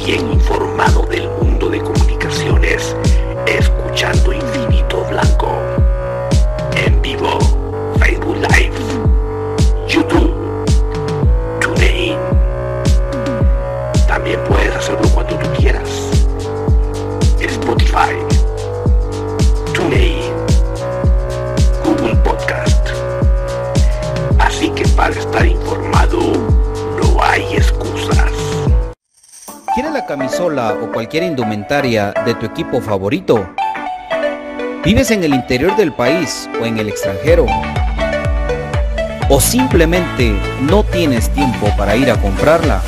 bien informado del mundo de comunicaciones, escuchando Infinito Blanco. En vivo, Facebook Live, YouTube, TuneIn. También puedes hacerlo cuando tú quieras. Spotify, TuneIn, Google Podcast. Así que para estar informado, no hay excusas. ¿Quieres la camisola o cualquier indumentaria de tu equipo favorito? ¿Vives en el interior del país o en el extranjero? ¿O simplemente no tienes tiempo para ir a comprarla?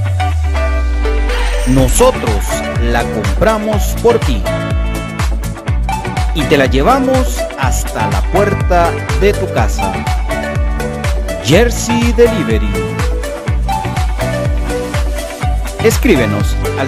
Nosotros la compramos por ti y te la llevamos hasta la puerta de tu casa. Jersey Delivery. Escríbenos al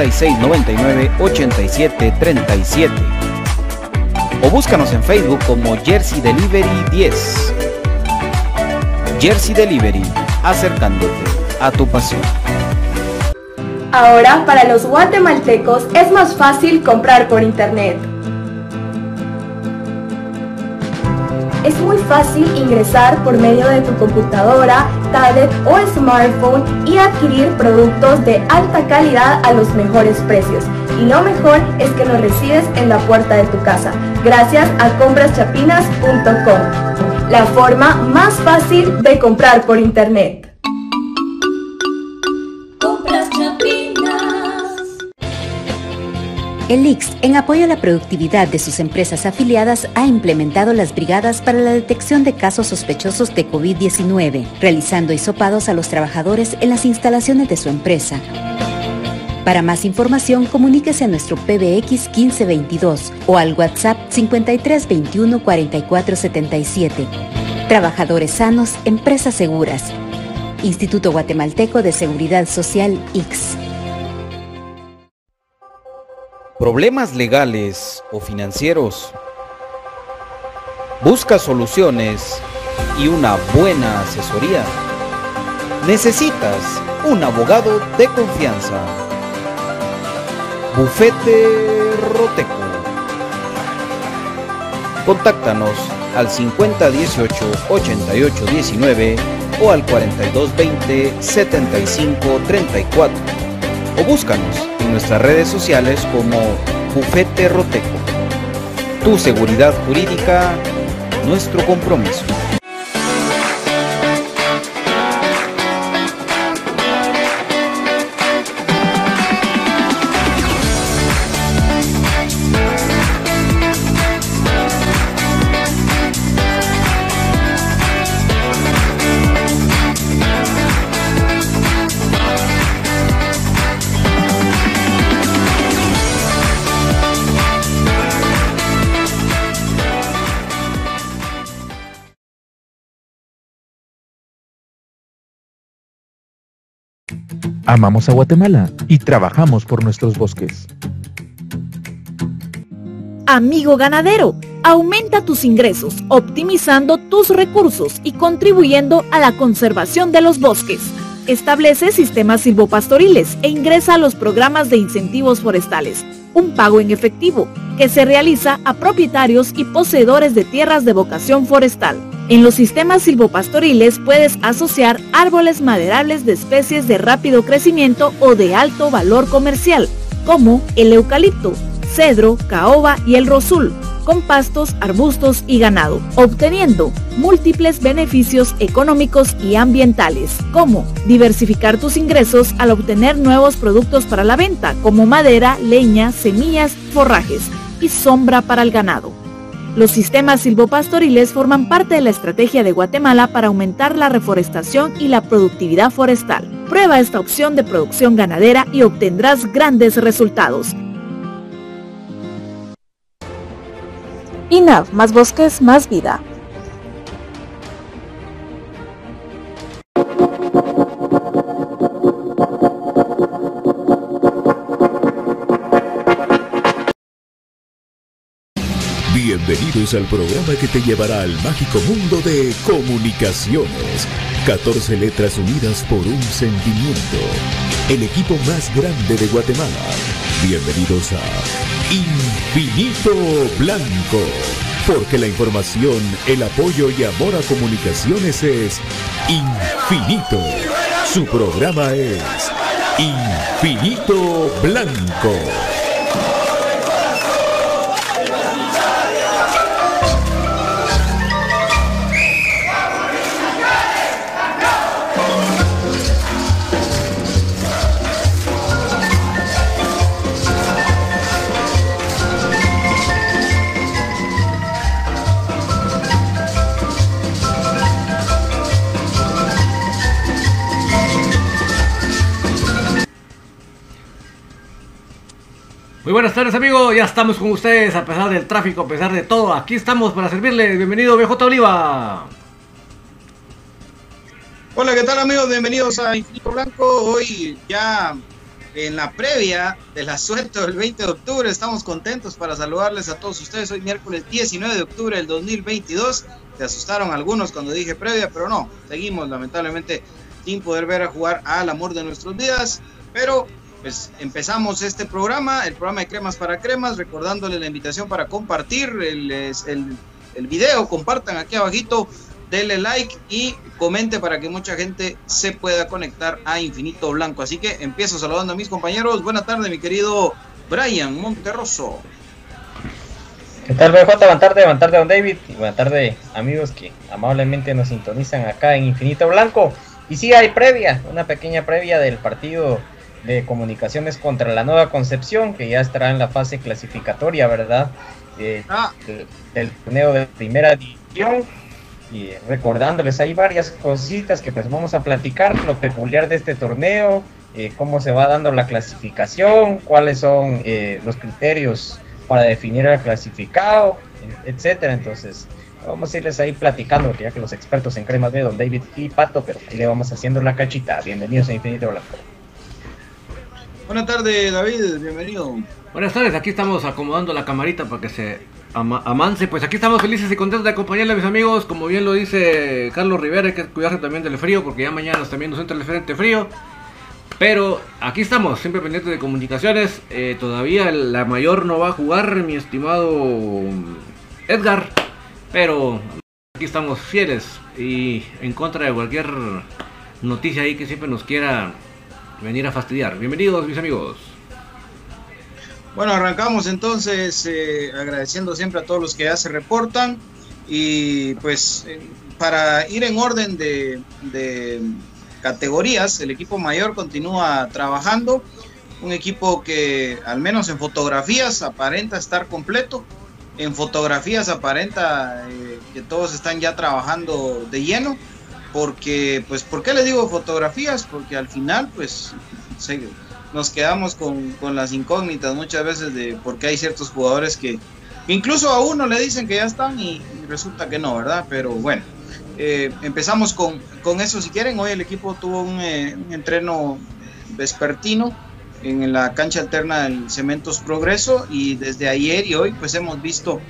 5699-8737 o búscanos en Facebook como Jersey Delivery 10. Jersey Delivery, acercándote a tu pasión. Ahora, para los guatemaltecos es más fácil comprar por internet. Es muy fácil ingresar por medio de tu computadora, tablet o smartphone y adquirir productos de alta calidad a los mejores precios. Y lo mejor es que los recibes en la puerta de tu casa, gracias a compraschapinas.com, la forma más fácil de comprar por internet. El ICS, en apoyo a la productividad de sus empresas afiliadas, ha implementado las brigadas para la detección de casos sospechosos de COVID-19, realizando hisopados a los trabajadores en las instalaciones de su empresa. Para más información, comuníquese a nuestro PBX 1522 o al WhatsApp 5321 4477. Trabajadores sanos, empresas seguras. Instituto Guatemalteco de Seguridad Social, ICS. ¿Problemas legales o financieros? ¿Busca soluciones y una buena asesoría? Necesitas un abogado de confianza. Bufete Roteco. Contáctanos al 5018-8819 o al 4220-7534 o búscanos en nuestras redes sociales como Bufete Roteco. Tu seguridad jurídica, nuestro compromiso. Amamos a Guatemala y trabajamos por nuestros bosques. Amigo ganadero, aumenta tus ingresos, optimizando tus recursos y contribuyendo a la conservación de los bosques. Establece sistemas silvopastoriles e ingresa a los programas de incentivos forestales, un pago en efectivo que se realiza a propietarios y poseedores de tierras de vocación forestal. En los sistemas silvopastoriles puedes asociar árboles maderables de especies de rápido crecimiento o de alto valor comercial, como el eucalipto, cedro, caoba y el rosul, con pastos, arbustos y ganado, obteniendo múltiples beneficios económicos y ambientales, como diversificar tus ingresos al obtener nuevos productos para la venta, como madera, leña, semillas, forrajes y sombra para el ganado. Los sistemas silvopastoriles forman parte de la estrategia de Guatemala para aumentar la reforestación y la productividad forestal. Prueba esta opción de producción ganadera y obtendrás grandes resultados. INAV, más bosques, más vida. Bienvenidos al programa que te llevará al mágico mundo de comunicaciones. 14 letras unidas por un sentimiento. El equipo más grande de Guatemala. Bienvenidos a Infinito Blanco. Porque la información, el apoyo y amor a comunicaciones es infinito. Su programa es Infinito Blanco. Muy buenas tardes, amigos, ya estamos con ustedes a pesar del tráfico, a pesar de todo. Aquí estamos para servirles. Bienvenido, BJ Oliva. Hola, ¿qué tal, amigos? Bienvenidos a Infinito Blanco. Hoy ya en la previa del asueto del 20 de octubre. Estamos contentos para saludarles a todos ustedes. Hoy miércoles 19 de octubre del 2022. Se asustaron algunos cuando dije previa, pero no. Seguimos lamentablemente sin poder ver a jugar al amor de nuestras vidas. Pero pues empezamos este programa, el programa de Cremas para Cremas, recordándoles la invitación para compartir el video. Compartan aquí abajito, denle like y comente para que mucha gente se pueda conectar a Infinito Blanco. Así que empiezo saludando a mis compañeros. Buenas tardes, mi querido Brian Monterroso. ¿Qué tal, BJ? Buenas tardes, don David, y buenas tardes, amigos que amablemente nos sintonizan acá en Infinito Blanco. Y sí, hay previa, una pequeña previa del partido de Comunicaciones contra la Nueva Concepción, que ya estará en la fase clasificatoria, ¿verdad? Del torneo de primera división. Y recordándoles, hay varias cositas que pues vamos a platicar, lo peculiar de este torneo, cómo se va dando la clasificación, cuáles son los criterios para definir el clasificado, etcétera. Entonces vamos a irles ahí platicando, ya que los expertos en cremas de don David y Pato, pero ahí le vamos haciendo la cachita. Bienvenidos a Infinito Blanco. Buenas tardes, David, bienvenido. Buenas tardes, aquí estamos acomodando la camarita para que se amance. Pues aquí estamos felices y contentos de acompañarle a mis amigos. Como bien lo dice Carlos Rivera, hay que cuidarse también del frío, porque ya mañana también nos entra el frente frío. Pero aquí estamos, siempre pendientes de comunicaciones. Todavía la mayor no va a jugar, mi estimado Edgar. Pero aquí estamos fieles y en contra de cualquier noticia ahí que siempre nos quiera venir a fastidiar. Bienvenidos, mis amigos. Bueno, arrancamos entonces agradeciendo siempre a todos los que ya se reportan y pues para ir en orden de categorías, el equipo mayor continúa trabajando, un equipo que al menos en fotografías aparenta estar completo, en fotografías aparenta que todos están ya trabajando de lleno. Porque, pues, ¿por qué les digo fotografías? Porque al final, pues, nos quedamos con las incógnitas muchas veces de por qué hay ciertos jugadores que incluso a uno le dicen que ya están y resulta que no, ¿verdad? Pero bueno, empezamos con eso si quieren. Hoy el equipo tuvo un entreno vespertino en la cancha alterna del Cementos Progreso y desde ayer y hoy pues hemos visto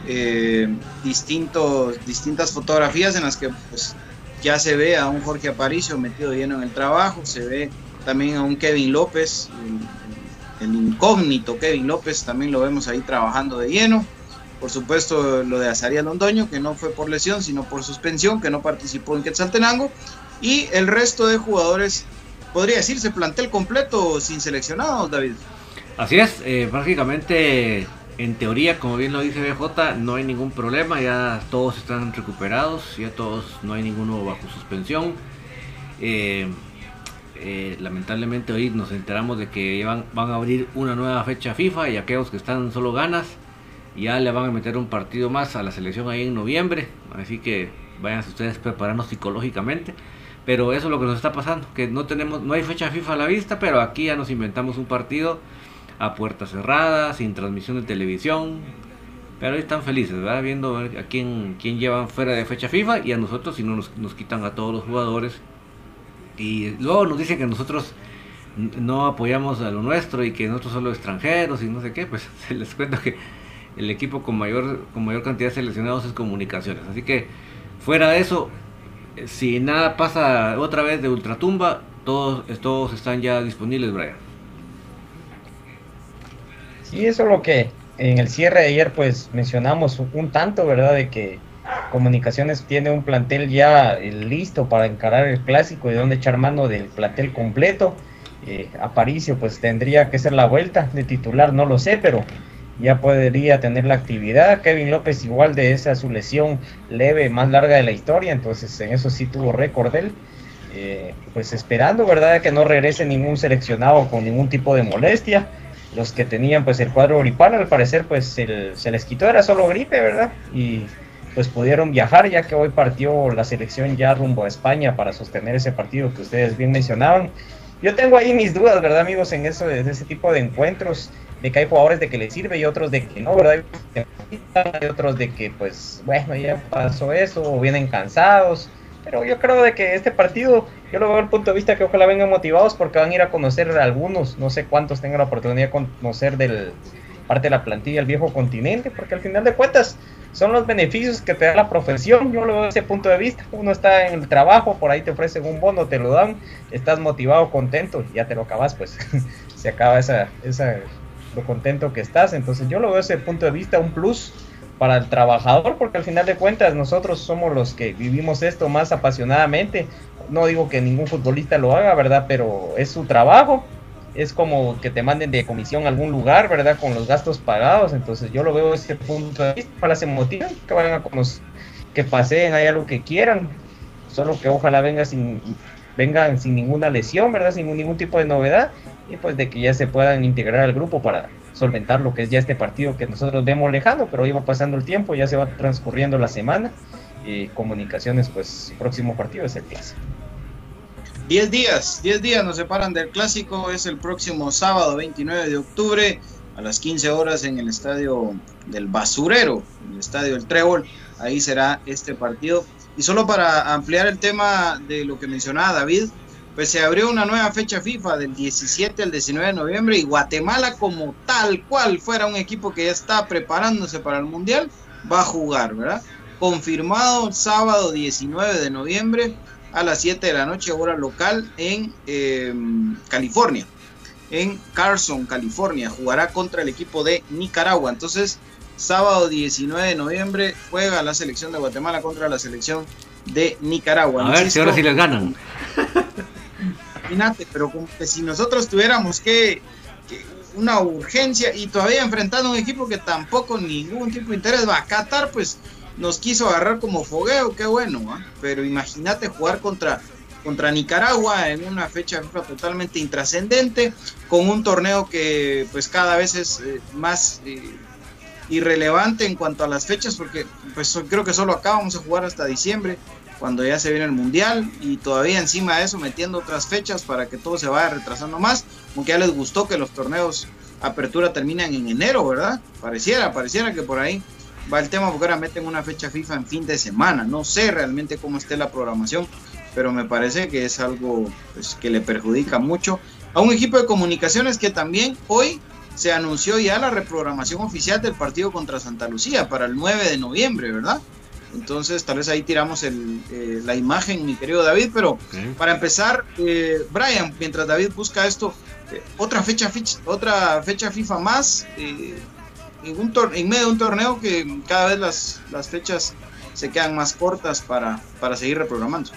distintas fotografías en las que pues ya se ve a un Jorge Aparicio metido lleno en el trabajo, se ve también a un Kevin López, el incógnito Kevin López, también lo vemos ahí trabajando de lleno. Por supuesto lo de Azarías Londoño, que no fue por lesión, sino por suspensión, que no participó en Quetzaltenango, y el resto de jugadores, podría decirse plantel completo sin seleccionados, David. Así es, prácticamente en teoría, como bien lo dice BJ, no hay ningún problema, ya todos están recuperados, ya todos, no hay ninguno bajo suspensión. Lamentablemente hoy nos enteramos de que van a abrir una nueva fecha FIFA y aquellos que están solo ganas ya le van a meter un partido más a la selección ahí en noviembre, así que vayan ustedes preparando psicológicamente. Pero eso es lo que nos está pasando, que no hay fecha FIFA a la vista, pero aquí ya nos inventamos un partido a puerta cerrada, sin transmisión de televisión, pero ahí están felices, ¿verdad? Viendo a quién llevan fuera de fecha FIFA, y a nosotros si no nos quitan a todos los jugadores, y luego nos dicen que nosotros no apoyamos a lo nuestro y que nosotros somos extranjeros y no sé qué. Pues se les cuento que el equipo con mayor cantidad de seleccionados es Comunicaciones. Así que fuera de eso, si nada pasa otra vez de ultratumba, todos están ya disponibles, Brian. Sí, eso es lo que en el cierre de ayer pues mencionamos un tanto, ¿verdad? De que Comunicaciones tiene un plantel ya listo para encarar el clásico y de donde echar mano del plantel completo. Aparicio pues tendría que ser la vuelta de titular, no lo sé, pero ya podría tener la actividad. Kevin López igual de esa su lesión leve más larga de la historia, entonces en eso sí tuvo récord él. Pues esperando, ¿verdad?, que no regrese ningún seleccionado con ningún tipo de molestia. Los que tenían pues el cuadro gripal, al parecer pues se les quitó, era solo gripe, ¿verdad? Y pues pudieron viajar, ya que hoy partió la selección ya rumbo a España para sostener ese partido que ustedes bien mencionaban. Yo tengo ahí mis dudas, ¿verdad, amigos? En ese tipo de encuentros, de que hay jugadores de que les sirve y otros de que no, ¿verdad? Hay otros de que pues bueno, ya pasó eso, o vienen cansados. Pero yo creo de que este partido, yo lo veo desde el punto de vista que ojalá vengan motivados, porque van a ir a conocer a algunos, no sé cuántos tengan la oportunidad de conocer del parte de la plantilla del viejo continente, porque al final de cuentas son los beneficios que te da la profesión. Yo lo veo desde ese punto de vista. Uno está en el trabajo, por ahí te ofrecen un bono, te lo dan, estás motivado, contento, ya te lo acabas, pues se acaba lo contento que estás. Entonces yo lo veo desde ese punto de vista, un plus para el trabajador, porque al final de cuentas nosotros somos los que vivimos esto más apasionadamente. No digo que ningún futbolista lo haga, ¿verdad? Pero es su trabajo. Es como que te manden de comisión a algún lugar, ¿verdad? Con los gastos pagados. Entonces yo lo veo desde ese punto de vista. Ojalá se motiven, que vayan a conocer, que paseen allá lo que quieran. Solo que ojalá vengan sin ninguna lesión, ¿verdad? Sin ningún tipo de novedad. Y pues de que ya se puedan integrar al grupo para solventar lo que es ya este partido que nosotros vemos lejano, pero iba pasando el tiempo, ya se va transcurriendo la semana. Comunicaciones, pues su próximo partido es el clásico. 10 días nos separan del clásico. Es el próximo sábado 29 de octubre a las 15 horas en el estadio del Basurero, en el estadio del Trébol. Ahí será este partido. Y solo para ampliar el tema de lo que mencionaba David, pues se abrió una nueva fecha FIFA del 17 al 19 de noviembre y Guatemala, como tal cual fuera un equipo que ya está preparándose para el Mundial, va a jugar, ¿verdad? Confirmado sábado 19 de noviembre a las 7 de la noche, hora local, en California, en Carson, California. Jugará contra el equipo de Nicaragua. Entonces, sábado 19 de noviembre juega la selección de Guatemala contra la selección de Nicaragua. A ver si ahora sí les ganan. Imagínate, pero como que si nosotros tuviéramos que una urgencia y todavía enfrentando un equipo que tampoco ningún tipo de interés va a Qatar, pues nos quiso agarrar como fogueo, qué bueno, ¿eh? Pero imagínate jugar contra Nicaragua en una fecha FIFA totalmente intrascendente, con un torneo que pues cada vez es más irrelevante en cuanto a las fechas, porque pues creo que solo acá vamos a jugar hasta diciembre, cuando ya se viene el Mundial, y todavía encima de eso metiendo otras fechas para que todo se vaya retrasando más, aunque ya les gustó que los torneos apertura terminan en enero, ¿verdad? Pareciera que por ahí va el tema, porque ahora meten una fecha FIFA en fin de semana. No sé realmente cómo esté la programación, pero me parece que es algo pues, que le perjudica mucho a un equipo de Comunicaciones que también hoy se anunció ya la reprogramación oficial del partido contra Santa Lucía para el 9 de noviembre, ¿verdad? Entonces tal vez ahí tiramos la imagen, mi querido David, pero para empezar, Brian, mientras David busca esto, otra fecha FIFA más, en medio de un torneo que cada vez las fechas se quedan más cortas para seguir reprogramando.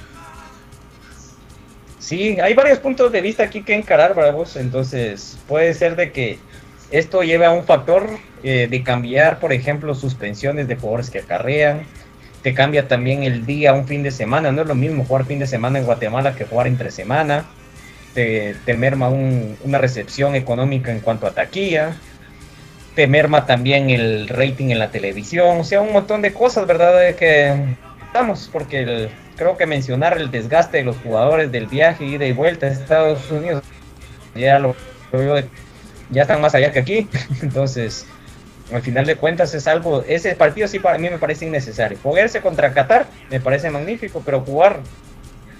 Sí, hay varios puntos de vista aquí que encarar, bravos. Entonces puede ser de que esto lleve a un factor de cambiar, por ejemplo, suspensiones de jugadores que acarrean. Te cambia también el día, un fin de semana. No es lo mismo jugar fin de semana en Guatemala que jugar entre semana. Te merma una recepción económica en cuanto a taquilla. Te merma también el rating en la televisión. O sea, un montón de cosas, ¿verdad? De que estamos, porque creo que mencionar el desgaste de los jugadores del viaje, ida y vuelta a Estados Unidos, ya ya están más allá que aquí. Entonces, al final de cuentas es algo, ese partido sí para mí me parece innecesario. Jugarse contra Qatar me parece magnífico, pero jugar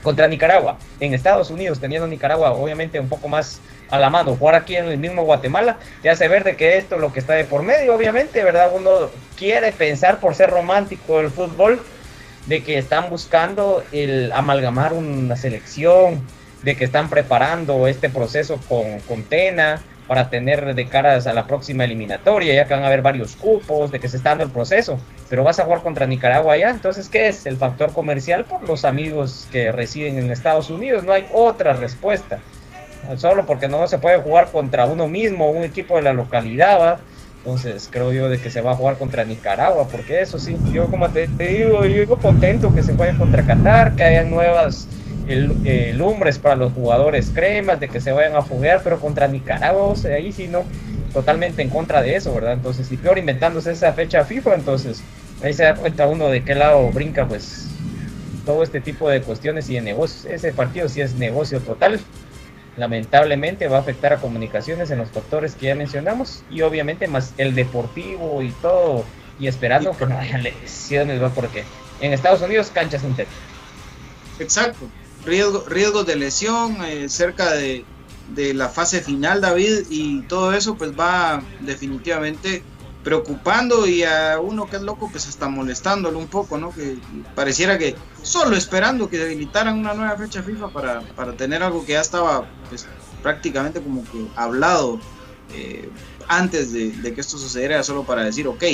contra Nicaragua, en Estados Unidos, teniendo Nicaragua obviamente un poco más a la mano, jugar aquí en el mismo Guatemala, te hace ver de que esto es lo que está de por medio, obviamente, ¿verdad? Uno quiere pensar, por ser romántico del fútbol, de que están buscando el amalgamar una selección, de que están preparando este proceso con Tena para tener de caras a la próxima eliminatoria, ya que van a haber varios cupos, de que se está dando el proceso, pero vas a jugar contra Nicaragua ya, entonces ¿qué es? El factor comercial por los amigos que residen en Estados Unidos, no hay otra respuesta, solo porque no se puede jugar contra uno mismo, un equipo de la localidad, ¿va? Entonces creo yo de que se va a jugar contra Nicaragua, porque eso sí, yo como te digo contento que se juegue contra Qatar, que haya nuevas lumbres para los jugadores cremas, de que se vayan a foguear, pero contra Nicaragua, o sea, ahí sí no, totalmente en contra de eso, ¿verdad? Entonces, y peor inventándose esa fecha FIFA, entonces ahí se da cuenta uno de qué lado brinca, pues, todo este tipo de cuestiones y de negocios. Ese partido sí es negocio total, lamentablemente va a afectar a Comunicaciones en los factores que ya mencionamos, y obviamente más el deportivo y todo, y esperando que no haya lesiones, ¿va? Porque en Estados Unidos cancha sintética. Exacto. Riesgos de lesión cerca de la fase final, David, y todo eso pues va definitivamente preocupando, y a uno que es loco pues hasta molestándolo un poco, ¿no? Que pareciera que solo esperando que habilitaran una nueva fecha FIFA para tener algo que ya estaba pues prácticamente como que hablado antes de que esto sucediera, solo para decir ok.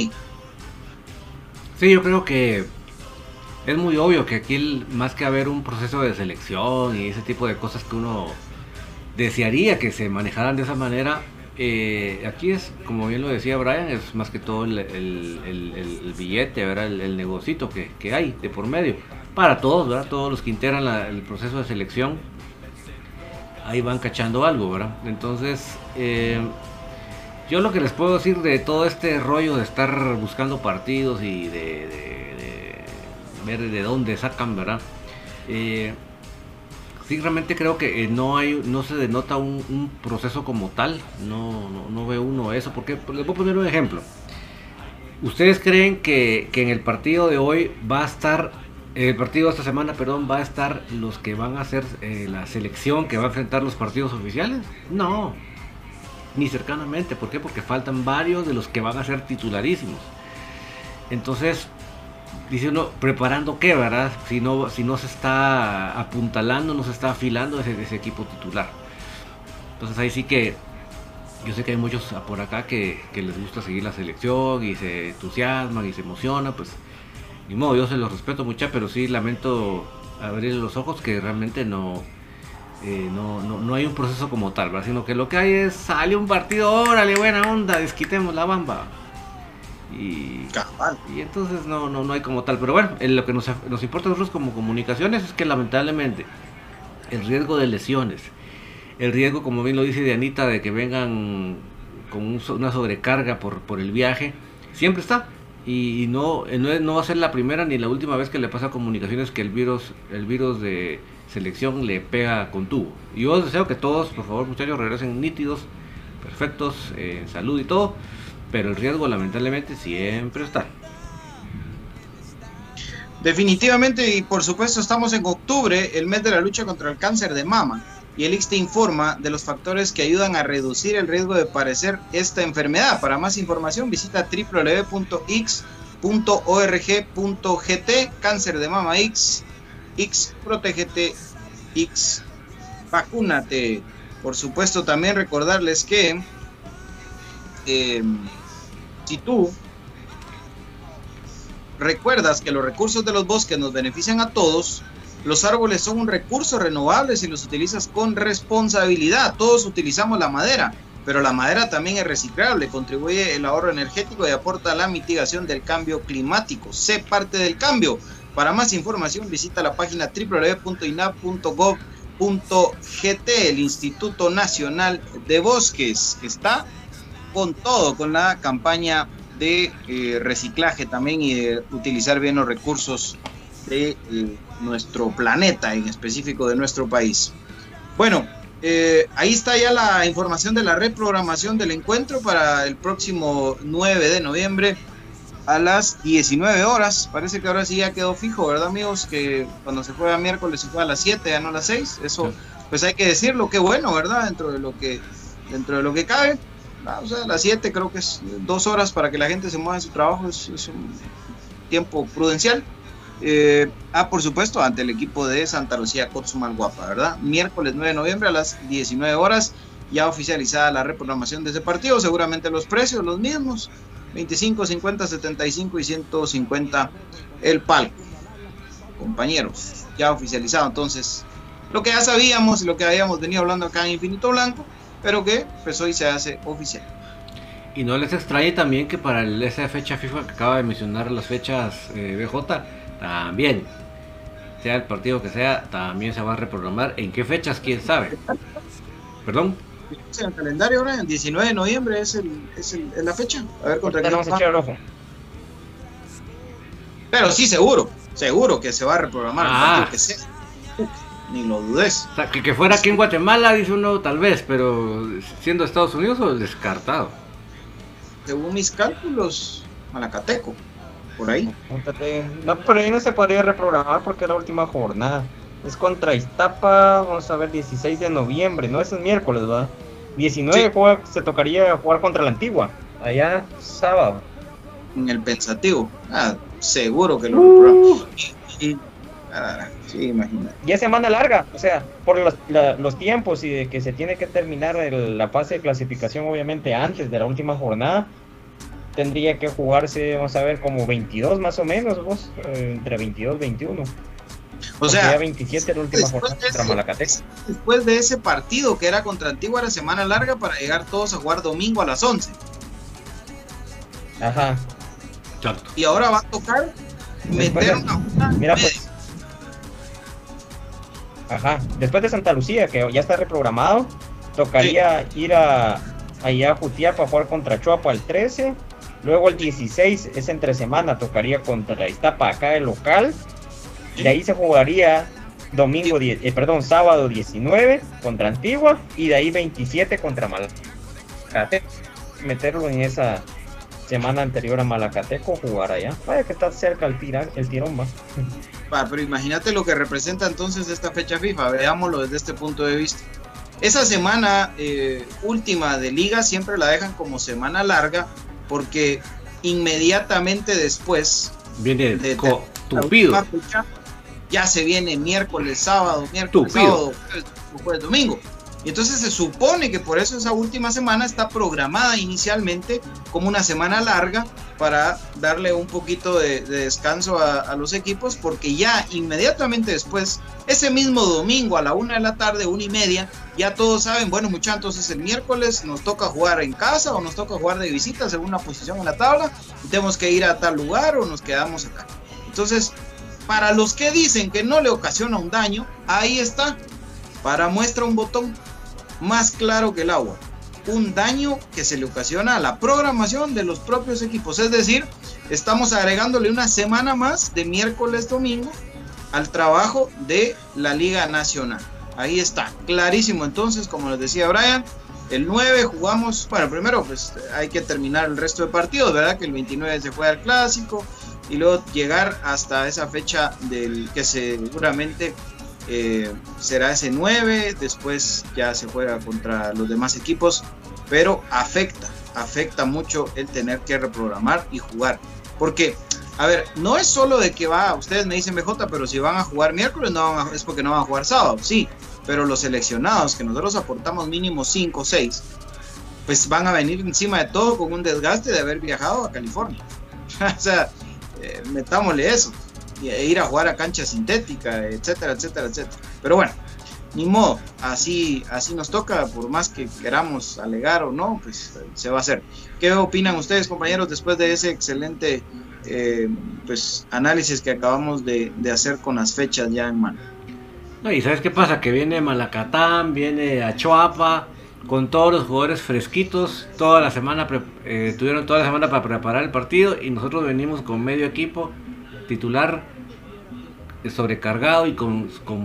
Sí, yo creo que es muy obvio que aquí más que haber un proceso de selección y ese tipo de cosas que uno desearía que se manejaran de esa manera, aquí es, como bien lo decía Brian, es más que todo el billete, ¿verdad? El negocito que hay de por medio para todos, ¿verdad? Todos los que integran el proceso de selección ahí van cachando algo, ¿verdad? Entonces yo lo que les puedo decir de todo este rollo de estar buscando partidos y de ver de dónde sacan, ¿verdad? Sí, realmente creo que no se denota un proceso como tal, no ve uno eso, porque les voy a poner un ejemplo. ¿Ustedes creen que en el partido de hoy va a estar, el partido de esta semana, perdón, va a estar los que van a hacer la selección que va a enfrentar los partidos oficiales? No, ni cercanamente. ¿Por qué? Porque faltan varios de los que van a ser titularísimos. Entonces, dice uno, ¿preparando qué, verdad? Si no se está apuntalando, no se está afilando ese equipo titular. Entonces ahí sí que yo sé que hay muchos por acá que les gusta seguir la selección y se entusiasman y se emocionan, pues ni modo, yo se los respeto mucho, pero sí lamento abrir los ojos que realmente no hay un proceso como tal, ¿verdad? Sino que lo que hay es, sale un partido, órale, buena onda, desquitemos la bamba. Y entonces no hay como tal, pero bueno, lo que nos importa a nosotros como comunicaciones es que lamentablemente el riesgo de lesiones, el riesgo, como bien lo dice Dianita, de que vengan con una sobrecarga por el viaje, siempre está, y no va a ser la primera ni la última vez que le pasa a Comunicaciones que el virus de selección le pega con tubo. Y yo deseo que todos, por favor muchachos, regresen nítidos, perfectos, en salud y todo, pero el riesgo lamentablemente siempre está. Definitivamente, y por supuesto estamos en octubre, el mes de la lucha contra el cáncer de mama, y el ICS te informa de los factores que ayudan a reducir el riesgo de padecer esta enfermedad. Para más información visita www.ix.org.gt. Cáncer de mama X, protégete, X, vacúnate. Por supuesto también recordarles que si tú recuerdas que los recursos de los bosques nos benefician a todos, los árboles son un recurso renovable si los utilizas con responsabilidad. Todos utilizamos la madera, pero la madera también es reciclable, contribuye al ahorro energético y aporta a la mitigación del cambio climático. Sé parte del cambio. Para más información visita la página www.inap.gov.gt. El Instituto Nacional de Bosques está con todo, con la campaña de reciclaje también y de utilizar bien los recursos de nuestro planeta, en específico de nuestro país. Bueno, ahí está ya la información de la reprogramación del encuentro para el próximo 9 de noviembre a las 19 horas. Parece que ahora sí ya quedó fijo, ¿verdad, amigos? Que cuando se juega miércoles se juega a las 7, ya no a las 6. Eso, pues hay que decirlo, qué bueno, ¿verdad? Dentro de lo que cabe. O sea, a las 7 creo que es 2 horas para que la gente se mueva en su trabajo, es un tiempo prudencial. Por supuesto, ante el equipo de Santa Lucía Cotzumalguapa, ¿verdad? Miércoles 9 de noviembre a las 19 horas, ya oficializada la reprogramación de ese partido. Seguramente los precios los mismos, 25, 50, 75 y 150 el palco. Compañeros, ya oficializado entonces lo que ya sabíamos y lo que habíamos venido hablando acá en Infinito Blanco, pero que pues hoy se hace oficial. Y no les extrañe también que para esa fecha FIFA que acaba de mencionar, las fechas BJ, también, sea el partido que sea, también se va a reprogramar. ¿En qué fechas? ¿Quién sabe? ¿Perdón? En el calendario ahora, el 19 de noviembre es la fecha. A ver contra quién va. Ojo. Pero sí, seguro que se va a reprogramar el partido que sea. Ni lo dudes. O sea, que fuera aquí en Guatemala, dice uno tal vez, pero siendo Estados Unidos, o descartado. Según mis cálculos, Malacateco, por ahí. No, pero ahí no se podría reprogramar porque es la última jornada. Es contra Iztapa, vamos a ver, 16 de noviembre, no, eso es miércoles, ¿verdad? 19 sí. Se tocaría jugar contra la Antigua, allá sábado. En el Pensativo, seguro que lo reprogramamos. Sí, imagínate. Ya es semana larga, o sea, por los tiempos y de que se tiene que terminar la fase de clasificación, obviamente antes de la última jornada, tendría que jugarse, vamos a ver, como 22 más o menos, vos, entre 22 y 21. O sea, 27 la última jornada contra Malacateco. Después de ese partido que era contra Antigua, era semana larga para llegar todos a jugar domingo a las 11. Ajá. Exacto. Y ahora va a tocar meter una mira, pues, ajá, después de Santa Lucía, que ya está reprogramado, tocaría ir allá a Jutiapa a jugar contra Chuapa el 13, luego el 16 es entre semana, tocaría contra Iztapa acá el local, de ahí se jugaría sábado 19 contra Antigua, y de ahí 27 contra Malacateco, meterlo en esa semana anterior a Malacateco, jugar allá, vaya que está cerca el tirón va. Pero imagínate lo que representa entonces esta fecha FIFA, veámoslo desde este punto de vista. Esa semana última de liga siempre la dejan como semana larga porque inmediatamente después viene tupido. Ya se viene miércoles, sábado, jueves, domingo. Y entonces se supone que por eso esa última semana está programada inicialmente como una semana larga para darle un poquito de descanso a los equipos, porque ya inmediatamente después, ese mismo domingo a la 1 de la tarde, 1:30, ya todos saben, bueno muchachos, entonces el miércoles nos toca jugar en casa o nos toca jugar de visita según la posición en la tabla, y tenemos que ir a tal lugar o nos quedamos acá. Entonces, para los que dicen que no le ocasiona un daño, ahí está, para muestra un botón más claro que el agua, un daño que se le ocasiona a la programación de los propios equipos, es decir, estamos agregándole una semana más de miércoles domingo al trabajo de la Liga Nacional. Ahí está, clarísimo. Entonces, como les decía Brian, el 9 jugamos, bueno, primero pues hay que terminar el resto de partidos, ¿verdad? Que el 29 se juega el clásico y luego llegar hasta esa fecha del que seguramente será ese 9, después ya se juega contra los demás equipos, pero afecta mucho el tener que reprogramar y jugar, porque, a ver, no es solo de que ustedes me dicen BJ, pero si van a jugar miércoles es porque no van a jugar sábado, sí, pero los seleccionados que nosotros aportamos mínimo 5 o 6, pues van a venir encima de todo con un desgaste de haber viajado a California. O sea, metámosle eso, e ir a jugar a cancha sintética, etcétera, etcétera, etcétera. Pero bueno, ni modo, así nos toca, por más que queramos alegar o no, pues se va a hacer. ¿Qué opinan ustedes, compañeros, después de ese excelente pues análisis que acabamos de hacer con las fechas ya en mano? No, y ¿sabes qué pasa? Que viene Malacatán, viene a Chuapa, con todos los jugadores fresquitos, toda la semana tuvieron toda la semana para preparar el partido, y nosotros venimos con medio equipo titular sobrecargado y con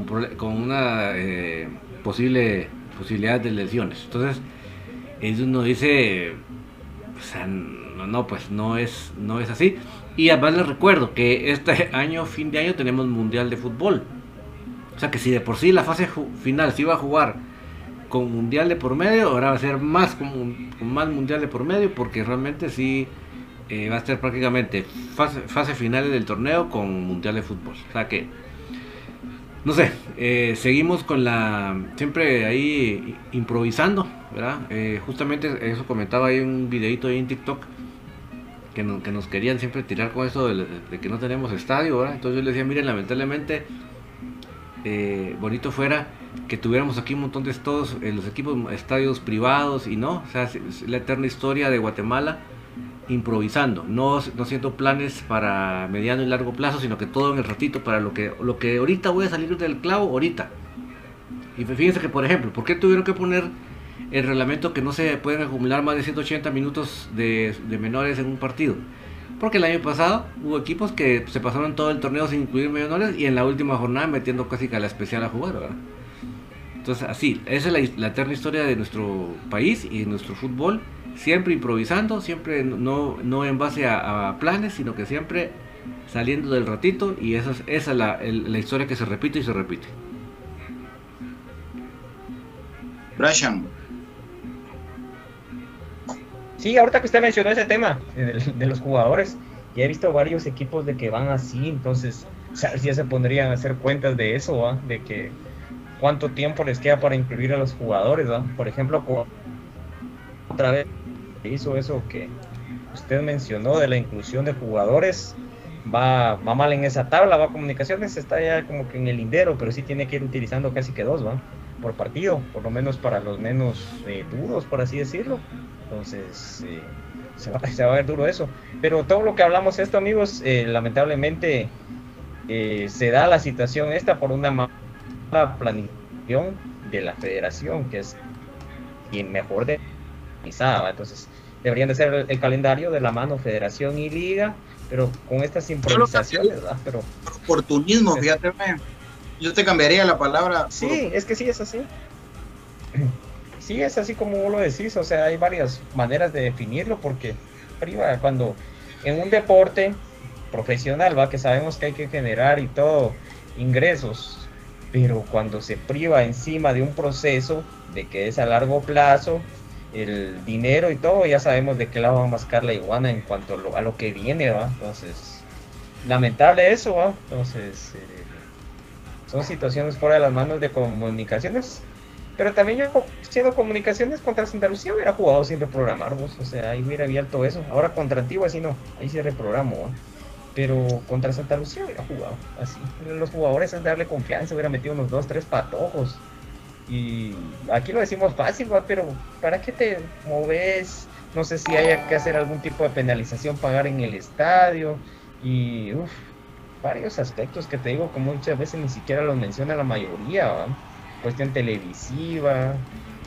una posibilidad de lesiones. Entonces uno dice, O sea, pues no es así. Y además les recuerdo que este año, fin de año, tenemos Mundial de Fútbol. O sea que si de por sí la fase final se iba a jugar con Mundial de por medio, ahora va a ser más con más Mundial de por medio, porque realmente sí va a ser prácticamente fase finales del torneo con Mundial de Fútbol. O sea que, no sé, seguimos con siempre ahí improvisando, ¿verdad? Justamente eso comentaba ahí un videito ahí en TikTok, que nos querían siempre tirar con eso de que no tenemos estadio, ¿verdad? Entonces yo les decía, miren, lamentablemente bonito fuera que tuviéramos aquí un montón de todos los equipos, estadios privados, y no, o sea, es la eterna historia de Guatemala improvisando, no haciendo planes para mediano y largo plazo, sino que todo en el ratito, para lo que ahorita voy a salir del clavo, ahorita. Y fíjense que, por ejemplo, ¿por qué tuvieron que poner el reglamento que no se pueden acumular más de 180 minutos de menores en un partido? Porque el año pasado hubo equipos que se pasaron todo el torneo sin incluir menores, y en la última jornada metiendo casi que a la especial a jugar, ¿verdad? Entonces así, esa es la eterna historia de nuestro país y de nuestro fútbol, siempre improvisando, siempre no en base a planes, sino que siempre saliendo del ratito, y esa es la historia que se repite y se repite. Brashan. Sí, ahorita que usted mencionó ese tema de los jugadores, ya he visto varios equipos de que van así, entonces, o sea, ya se pondrían a hacer cuentas de eso, ¿va? De que cuánto tiempo les queda para incluir a los jugadores, ¿va? Por ejemplo, otra vez hizo eso que usted mencionó de la inclusión de jugadores, va mal en esa tabla, va Comunicaciones, está ya como que en el lindero, pero sí tiene que ir utilizando casi que 2, ¿va? Por partido, por lo menos para los menos duros, por así decirlo. Entonces se va a ver duro eso, pero todo lo que hablamos esto, amigos, lamentablemente se da la situación esta por una mala planificación de la federación, que es quien mejor organizada. Entonces deberían de ser el calendario de la mano federación y liga, pero con estas improvisaciones, ¿verdad? Pero oportunismo, fíjate, yo te cambiaría la palabra. Sí, es que sí es así. Sí, es así como vos lo decís, o sea, hay varias maneras de definirlo, porque priva cuando en un deporte profesional, va, que sabemos que hay que generar y todo ingresos, pero cuando se priva encima de un proceso de que es a largo plazo, el dinero y todo, ya sabemos de qué lado va a mascar la iguana en cuanto a lo que viene, va. Entonces, lamentable eso, va. Entonces, son situaciones fuera de las manos de Comunicaciones. Pero también yo, siendo Comunicaciones contra Santa Lucía, hubiera jugado siempre programar, vos. O sea, ahí hubiera abierto eso. Ahora contra Antigua sí no, ahí sí reprogramo, ¿va? Pero contra Santa Lucía hubiera jugado así. Los jugadores, es darle confianza, hubiera metido unos 2-3 patojos. Y aquí lo decimos fácil, ¿va? Pero ¿para qué te moves? No sé si haya que hacer algún tipo de penalización, pagar en el estadio. Y varios aspectos que te digo, como muchas veces ni siquiera los menciona la mayoría, ¿va? Cuestión televisiva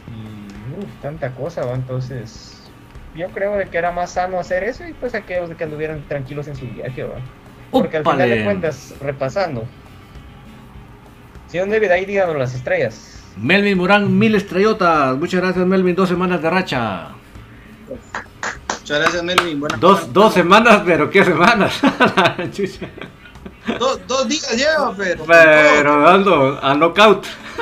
y tanta cosa, ¿va? Entonces yo creo de que era más sano hacer eso, y pues aquellos de que anduvieran tranquilos en su viaje, ¿va? Porque al final de cuentas, repasando, si don David, ahí díganos las estrellas. Melvin Morán, 1000 estrellotas. Muchas gracias, Melvin. 2 semanas de racha. Muchas gracias, Melvin. Dos semanas, pero ¿qué semanas? 2 días lleva, pero dando a knockout.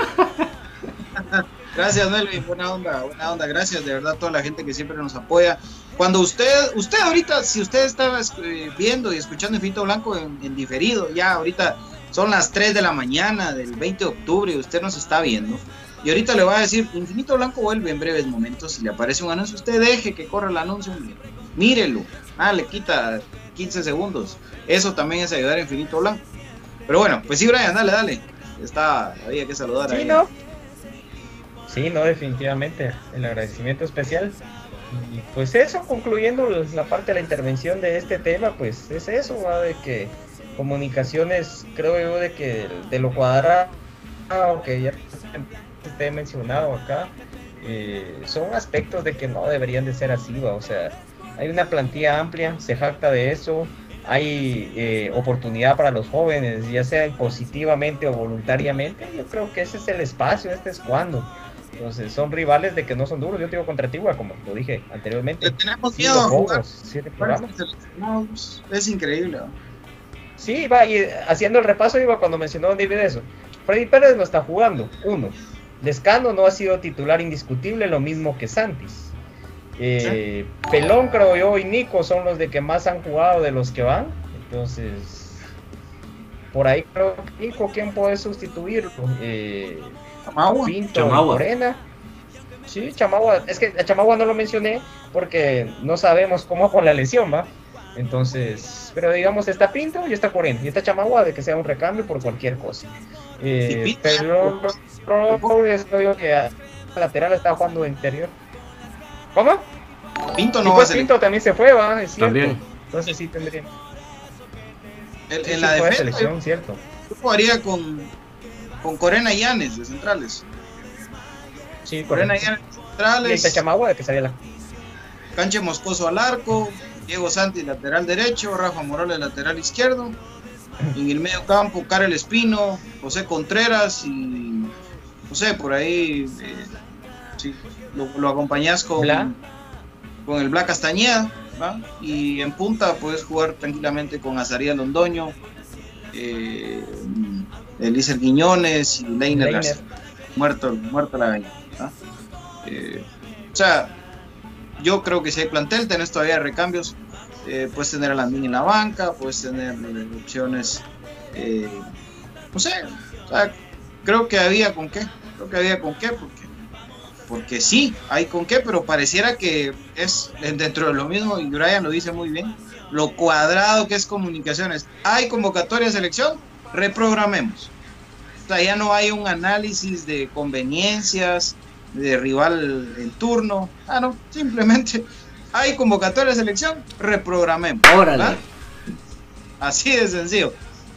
Gracias, Melvin, buena onda, gracias de verdad a toda la gente que siempre nos apoya. Cuando usted ahorita, si usted estaba viendo y escuchando Infinito Blanco en diferido, ya ahorita son las 3 de la mañana del 20 de octubre y usted nos está viendo, y ahorita le va a decir, Infinito Blanco vuelve en breves momentos. Si le aparece un anuncio, usted deje que corra el anuncio, mírelo, le quita 15 segundos, eso también es ayudar a Infinito Blanco. Pero bueno, pues sí, Brian, dale, había que saludar sí, ahí. Sí, definitivamente, el agradecimiento especial. Y pues eso, concluyendo la parte de la intervención de este tema, pues es eso, ¿va? De que Comunicaciones, creo yo, de que de lo cuadrado que ya te he mencionado acá, son aspectos de que no deberían de ser así, ¿va? O sea, hay una plantilla amplia, se jacta de eso, hay oportunidad para los jóvenes, ya sea positivamente o voluntariamente. Yo creo que ese es el espacio, este es cuando. Entonces son rivales de que no son duros. Yo te digo contra Tigua, como lo dije anteriormente. Le tenemos miedo a jugar. 7 programas. Es increíble. Sí, va, y haciendo el repaso iba cuando mencionó David eso. Freddy Pérez no está jugando, 1. Lescano no ha sido titular indiscutible, lo mismo que Santis. ¿Sí? Pelón, creo yo, y Nico son los de que más han jugado de los que van. Entonces, por ahí creo que Nico, ¿quién puede sustituirlo? Chamagua. Pinto, Chamagua. Morena. Sí, Chamagua. Es que a Chamagua no lo mencioné porque no sabemos cómo con la lesión, ¿va? Entonces, pero digamos, está Pinto y está Morena. Y está Chamagua de que sea un recambio por cualquier cosa. Pero yo digo que a lateral está jugando de interior. ¿Cómo? Pinto no va a ser. Pinto también se fue, ¿va? Es cierto. También. Entonces sí tendría. En la defensa, selección, cierto. Yo jugaría con Corena y Yanes de centrales. Sí, Corena y Yanes de centrales. Y está Chamagua de que salía la. Canche Moscoso al arco, Diego Santi lateral derecho, Rafa Morales lateral izquierdo. En el medio campo, Karel Espino, José Contreras y no sé, por ahí sí, lo acompañás con el Black Castañeda, ¿va? Y en punta puedes jugar tranquilamente con Azarías Londoño, Elícer Quiñones y Leiner García. Muerto la gallina, ¿va? O sea, yo creo que si hay plantel, tenés todavía recambios. Puedes tener a Landín en la banca, puedes tener opciones, no sé, o sea, creo que había con qué, porque sí, hay con qué, pero pareciera que es dentro de lo mismo, y Brian lo dice muy bien, lo cuadrado que es comunicaciones. Hay convocatoria de selección, reprogramemos. O sea, ya no hay un análisis de conveniencias, de rival en turno, no, simplemente hay convocatoria de selección, reprogramemos. Órale. ¿Verdad? Así de sencillo.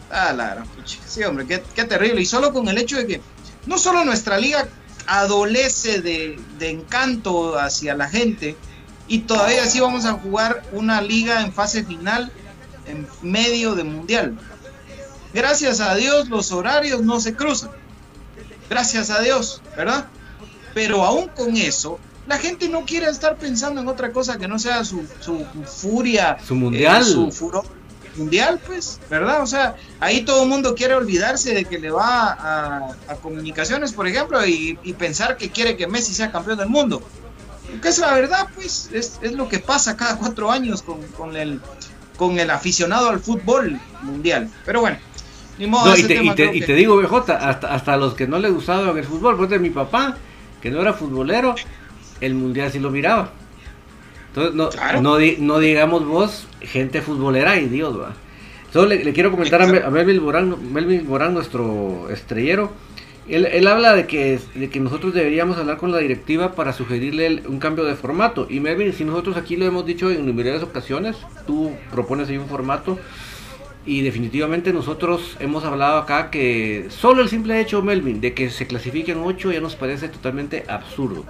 Sí, hombre, qué terrible. Y solo con el hecho de que no solo nuestra liga adolece de encanto hacia la gente, y todavía sí vamos a jugar una liga en fase final en medio de mundial. Gracias a Dios los horarios no se cruzan. Gracias a Dios, ¿verdad? Pero aún con eso, la gente no quiere estar pensando en otra cosa que no sea su furia, su mundial, su furor mundial, pues, ¿verdad? O sea, ahí todo el mundo quiere olvidarse de que le va a Comunicaciones, por ejemplo, y pensar que quiere que Messi sea campeón del mundo. Porque es la verdad, pues, es lo que pasa cada 4 años con el aficionado al fútbol mundial. Pero bueno, ni modo. No, y te digo, BJ, hasta los que no les gustaba el fútbol, pues de mi papá, que no era futbolero, el mundial sí lo miraba. Entonces claro. no digamos vos, gente futbolera y Dios, va. Solo le quiero comentar a Melvin Morán, nuestro estrellero. Él habla de que nosotros deberíamos hablar con la directiva para sugerirle un cambio de formato. Y Melvin, si nosotros aquí lo hemos dicho en numerosas ocasiones, tú propones ahí un formato, y definitivamente nosotros hemos hablado acá que solo el simple hecho, Melvin, de que se clasifiquen 8 ya nos parece totalmente absurdo.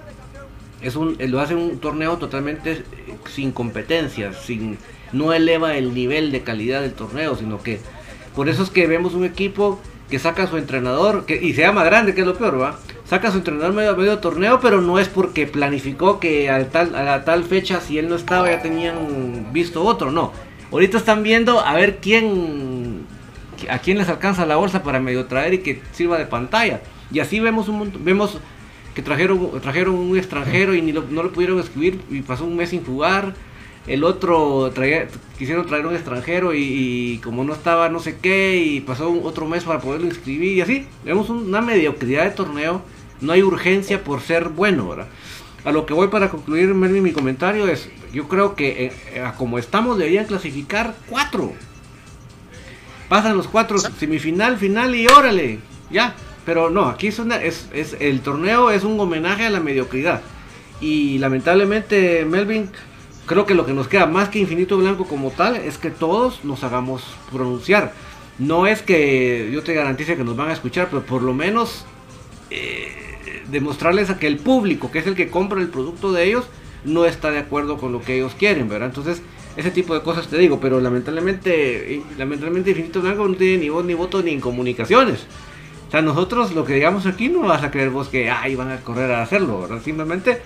Lo hace un torneo totalmente sin competencias, no eleva el nivel de calidad del torneo, sino que por eso es que vemos un equipo que saca a su entrenador, y se llama grande, que es lo peor, ¿va? Saca a su entrenador medio torneo, pero no es porque planificó que a la tal fecha, si él no estaba, ya tenían visto otro, no. Ahorita están viendo a ver a quién les alcanza la bolsa para medio traer y que sirva de pantalla. Y así vemos que trajeron un extranjero y no lo pudieron escribir y pasó un mes sin jugar. El otro quisieron traer un extranjero y como no estaba no sé qué, y pasó otro mes para poderlo inscribir, y así vemos una mediocridad de torneo. No hay urgencia por ser bueno, ¿verdad? A lo que voy para concluir, Melvin, mi comentario es, yo creo que como estamos deberían clasificar 4. Pasan los 4, semifinal, final y órale, ya. Pero no, aquí el torneo es un homenaje a la mediocridad. Y lamentablemente, Melvin, creo que lo que nos queda más que Infinito Blanco como tal es que todos nos hagamos pronunciar. No es que yo te garantice que nos van a escuchar, pero por lo menos demostrarles a que el público, que es el que compra el producto de ellos, no está de acuerdo con lo que ellos quieren, ¿verdad? Entonces, ese tipo de cosas te digo, pero lamentablemente Infinito Blanco no tiene ni voz ni voto ni en comunicaciones. O sea, nosotros lo que digamos aquí no vas a creer vos que van a correr a hacerlo, ¿verdad? Simplemente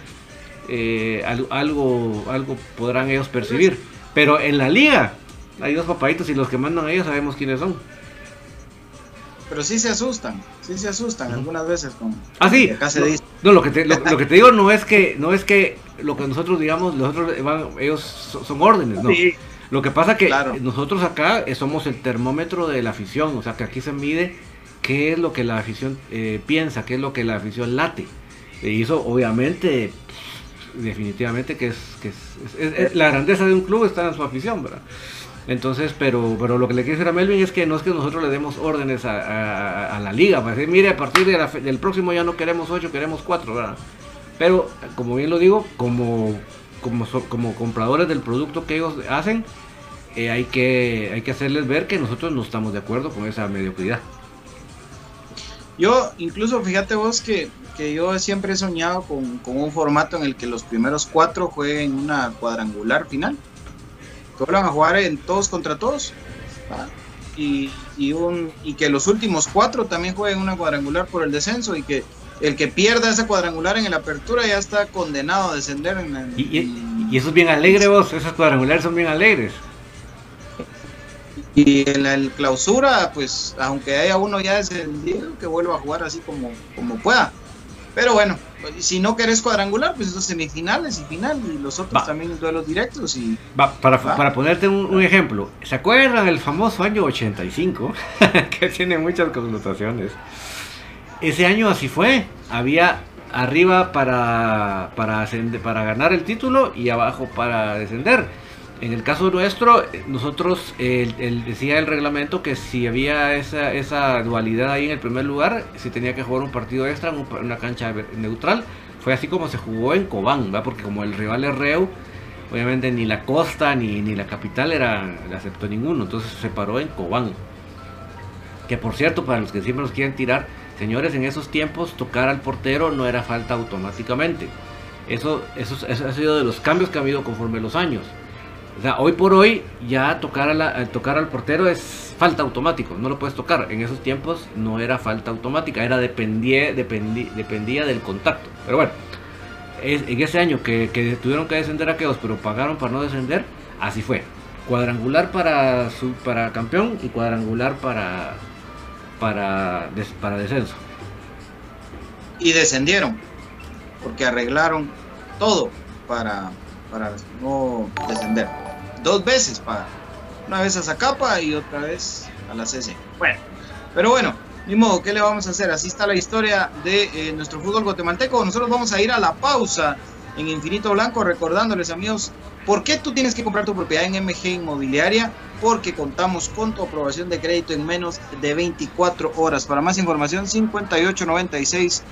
algo podrán ellos percibir. Pero en la liga hay dos papaditos y los que mandan a ellos sabemos quiénes son. Pero sí se asustan algunas veces con sí. Acá se dice. No, lo que te digo no es que lo que nosotros digamos, ellos son órdenes, no. Sí. Lo que pasa que nosotros acá somos el termómetro de la afición, o sea que aquí se mide qué es lo que la afición piensa, qué es lo que la afición late. Y eso obviamente, definitivamente que es la grandeza de un club está en su afición, ¿verdad? Entonces, pero lo que le quiero decir a Melvin es que no es que nosotros le demos órdenes a la liga, para decir, mire, a partir del próximo ya no queremos 8, queremos 4, ¿verdad? Pero, como bien lo digo, como compradores del producto que ellos hacen, hay que hacerles ver que nosotros no estamos de acuerdo con esa mediocridad. Yo, incluso, fíjate vos que yo siempre he soñado con un formato en el que los primeros 4 jueguen una cuadrangular final. Que vuelvan a jugar en todos contra todos, ¿verdad? Y que los últimos 4 también jueguen una cuadrangular por el descenso, y que el que pierda esa cuadrangular en la apertura ya está condenado a descender y eso es bien alegre, vos, esas cuadrangulares son bien alegres. Y en la clausura, pues aunque haya uno ya descendido, que vuelva a jugar así como pueda. Pero bueno, si no querés cuadrangular, pues esos semifinales y final, y los otros también duelos directos. Para ponerte un ejemplo, ¿se acuerdan del famoso año 85? Que tiene muchas connotaciones. Ese año así fue, había arriba para ganar el título y abajo para descender. En el caso nuestro, nosotros decía el reglamento que si había esa dualidad ahí en el primer lugar, si tenía que jugar un partido extra en una cancha neutral. Fue así como se jugó en Cobán, ¿verdad? Porque como el rival es Reu, obviamente ni la costa ni la capital le aceptó ninguno, entonces se paró en Cobán. Que por cierto, para los que siempre nos quieren tirar, señores, en esos tiempos tocar al portero no era falta automáticamente. Eso ha sido de los cambios que ha habido conforme los años. O sea, hoy por hoy ya tocar al portero es falta automático, no lo puedes tocar. En esos tiempos no era falta automática, dependía del contacto. Pero bueno, en ese año que tuvieron que descender aquellos, pero pagaron para no descender, así fue. Cuadrangular para campeón y cuadrangular para descenso. Y descendieron, porque arreglaron todo para no descender. 2 veces pagan, una vez a Zacapa y otra vez a la CC. Bueno, pero bueno, ni modo, ¿qué le vamos a hacer? Así está la historia de nuestro fútbol guatemalteco. Nosotros vamos a ir a la pausa en Infinito Blanco, recordándoles, amigos, ¿por qué tú tienes que comprar tu propiedad en MG Inmobiliaria? Porque contamos con tu aprobación de crédito en menos de 24 horas. Para más información, 5896-9361,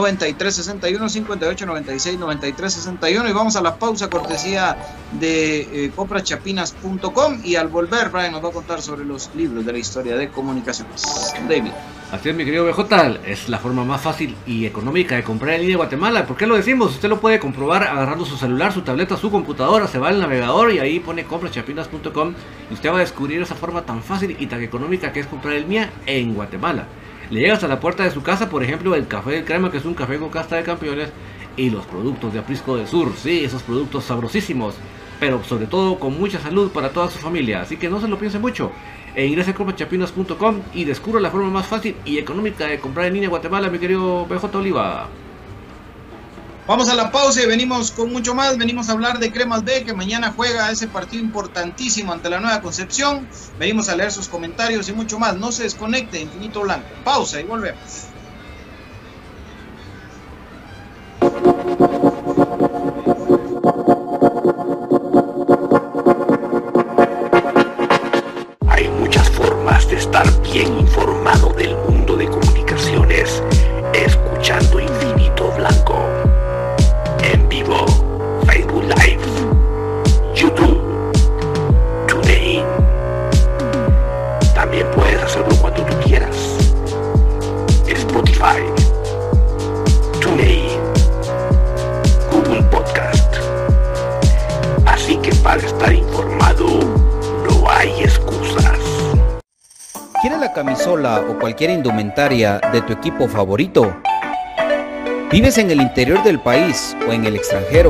5896-9361. Y vamos a la pausa, cortesía de comprachapinas.com. Y al volver, Brian nos va a contar sobre los libros de la historia de comunicaciones. David. Así es, mi querido BJ, es la forma más fácil y económica de comprar en línea de Guatemala. ¿Por qué lo decimos? Usted lo puede comprobar agarrando su celular, su tableta, su computadora, se va al navegador y ahí pone comprachapinas.com y usted va a descubrir esa forma tan fácil y tan económica que es comprar el MIA en Guatemala. Le llegas a la puerta de su casa, por ejemplo, el Café del Crema, que es un café con casta de campeones, y los productos de Aprisco del Sur, sí, esos productos sabrosísimos, pero sobre todo con mucha salud para toda su familia, así que no se lo piense mucho. Ingrese a comprachapinas.com y descubra la forma más fácil y económica de comprar en línea en Guatemala, mi querido BJ Oliva. Vamos a la pausa y venimos con mucho más. Venimos a hablar de Cremas B, que mañana juega ese partido importantísimo ante la Nueva Concepción. Venimos a leer sus comentarios y mucho más. No se desconecte, Infinito Blanco. Pausa y volvemos. Hay muchas formas de estar bien informado del mundo de comunicaciones, escuchando Infinito Blanco. En vivo, Facebook Live, YouTube, TuneIn. También puedes hacerlo cuando tú quieras. camisola o cualquier indumentaria de tu equipo favorito? ¿Vives en el interior del país o en el extranjero?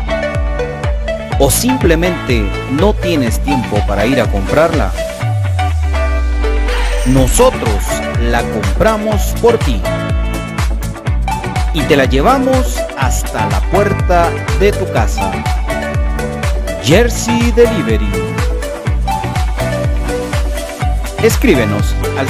¿O simplemente no tienes tiempo para ir a comprarla? Nosotros la compramos por ti y te la llevamos hasta la puerta de tu casa. Jersey Delivery. Escríbenos al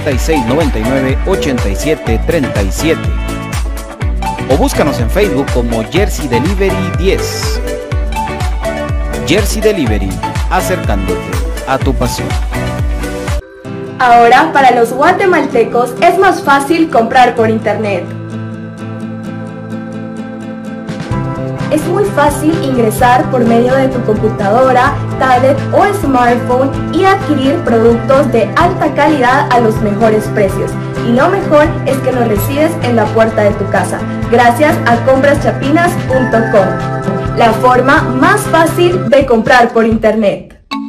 5699-8737 o búscanos en Facebook como Jersey Delivery 10. Jersey Delivery, acercándote a tu pasión. Ahora, para los guatemaltecos es más fácil comprar por internet. Es muy fácil ingresar por medio de tu computadora, tablet o smartphone y adquirir productos de alta calidad a los mejores precios. Y lo mejor es que los recibes en la puerta de tu casa, gracias a compraschapinas.com, la forma más fácil de comprar por internet.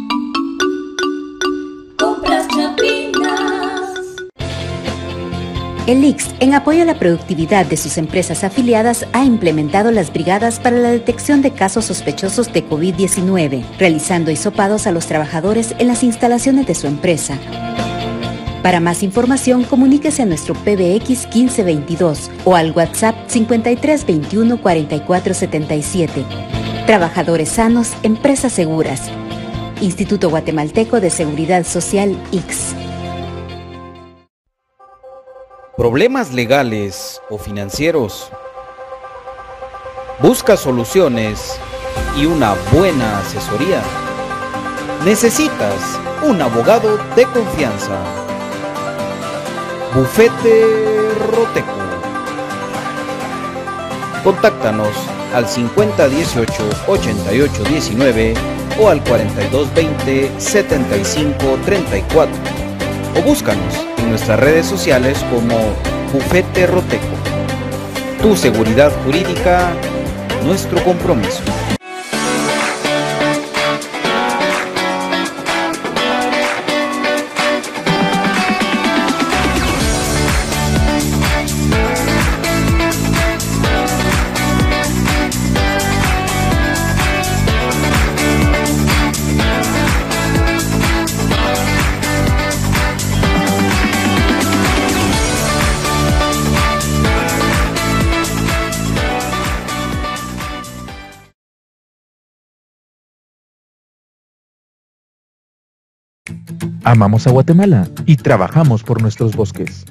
El ICS, en apoyo a la productividad de sus empresas afiliadas, ha implementado las brigadas para la detección de casos sospechosos de COVID-19, realizando hisopados a los trabajadores en las instalaciones de su empresa. Para más información, comuníquese a nuestro PBX 1522 o al WhatsApp 5321 4477. Trabajadores sanos, empresas seguras. Instituto Guatemalteco de Seguridad Social, ICS. ¿Problemas legales o financieros? ¿Buscas soluciones y una buena asesoría? Necesitas un abogado de confianza. Bufete Roteco. Contáctanos al 5018-8819 o al 4220-7534 o búscanos en nuestras redes sociales como Bufete Roteco. Tu seguridad jurídica, nuestro compromiso. Amamos a Guatemala y trabajamos por nuestros bosques.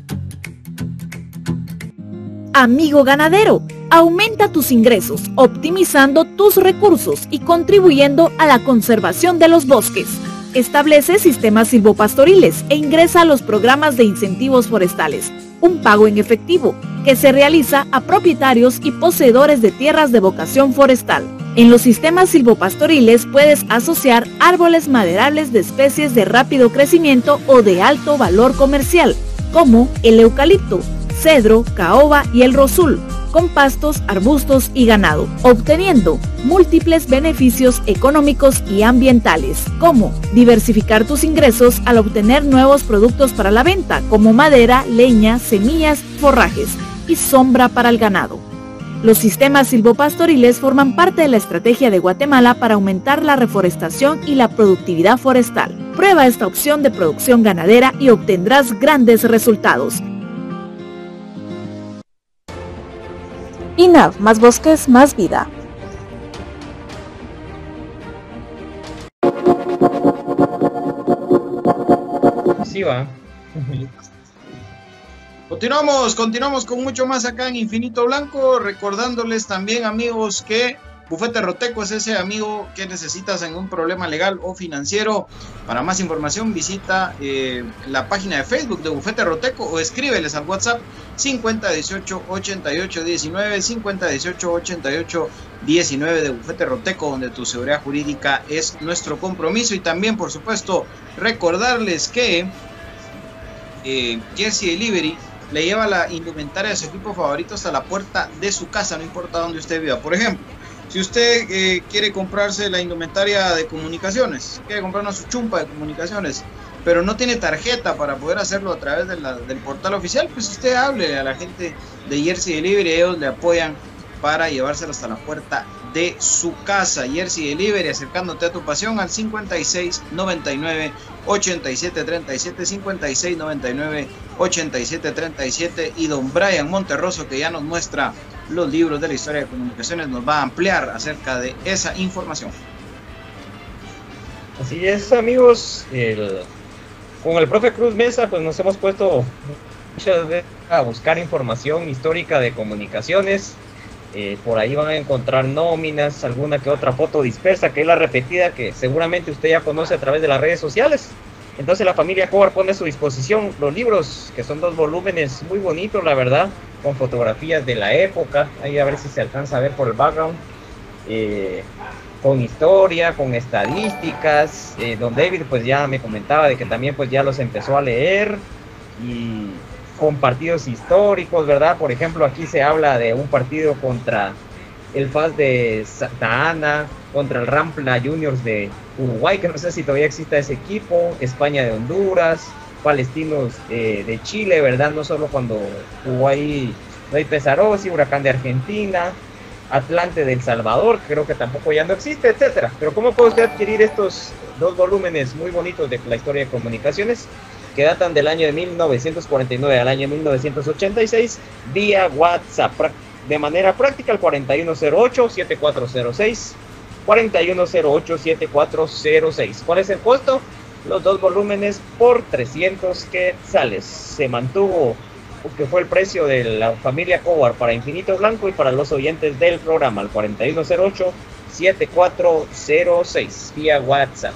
Amigo ganadero, aumenta tus ingresos, optimizando tus recursos y contribuyendo a la conservación de los bosques. Establece sistemas silvopastoriles e ingresa a los programas de incentivos forestales, un pago en efectivo que se realiza a propietarios y poseedores de tierras de vocación forestal. En los sistemas silvopastoriles puedes asociar árboles maderables de especies de rápido crecimiento o de alto valor comercial, como el eucalipto, cedro, caoba y el rosul, con pastos, arbustos y ganado, obteniendo múltiples beneficios económicos y ambientales, como diversificar tus ingresos al obtener nuevos productos para la venta, como madera, leña, semillas, forrajes y sombra para el ganado. Los sistemas silvopastoriles forman parte de la estrategia de Guatemala para aumentar la reforestación y la productividad forestal. Prueba esta opción de producción ganadera y obtendrás grandes resultados. INAV, más bosques, más vida. Sí va. Continuamos con mucho más acá en Infinito Blanco, recordándoles también, amigos, que Bufete Roteco es ese amigo que necesitas en un problema legal o financiero. Para más información visita la página de Facebook de Bufete Roteco o escríbeles al WhatsApp 5018-8819, 5018-8819 de Bufete Roteco, donde tu seguridad jurídica es nuestro compromiso. Y también, por supuesto, recordarles que Jersey Delivery le lleva la indumentaria de su equipo favorito hasta la puerta de su casa, no importa dónde usted viva. Por ejemplo, si usted quiere comprarse la indumentaria de comunicaciones, quiere comprarnos su chumpa de comunicaciones, pero no tiene tarjeta para poder hacerlo a través del portal oficial, pues usted hable a la gente de Jersey Delivery, ellos le apoyan para llevárselo hasta la puerta de su casa. Jersey Delivery, acercándote a tu pasión al 56 99 87 37, 56 99 87 37, y don Brian Monterroso, que ya nos muestra los libros de la historia de comunicaciones, nos va a ampliar acerca de esa información. Así es, amigos, con el profe Cruz Mesa pues nos hemos puesto muchas veces a buscar información histórica de comunicaciones. Por ahí van a encontrar nóminas, alguna que otra foto dispersa, que es la repetida que seguramente usted ya conoce a través de las redes sociales. Entonces la familia Cobar pone a su disposición los libros, que son 2 volúmenes muy bonitos, la verdad, con fotografías de la época. Ahí a ver si se alcanza a ver por el background. Con historia, con estadísticas. Don David pues ya me comentaba de que también pues ya los empezó a leer, y con partidos históricos, ¿verdad? Por ejemplo, aquí se habla de un partido contra el FAS de Santa Ana, contra el Rampla Juniors de Uruguay, que no sé si todavía existe ese equipo, España de Honduras, Palestinos de Chile, ¿verdad? No solo cuando jugó ahí Rey Pesarosi, Huracán de Argentina, Atlante de El Salvador, que creo que tampoco ya no existe, etcétera. Pero ¿cómo puede usted adquirir estos 2 volúmenes muy bonitos de la historia de comunicaciones, que datan del año de 1949 al año 1986, vía WhatsApp, de manera práctica al 4108-7406, 4108-7406. ¿Cuál es el costo? Los 2 volúmenes por 300 quetzales. Se mantuvo, que fue el precio de la familia Cobar para Infinito Blanco y para los oyentes del programa, al 4108-7406, vía WhatsApp.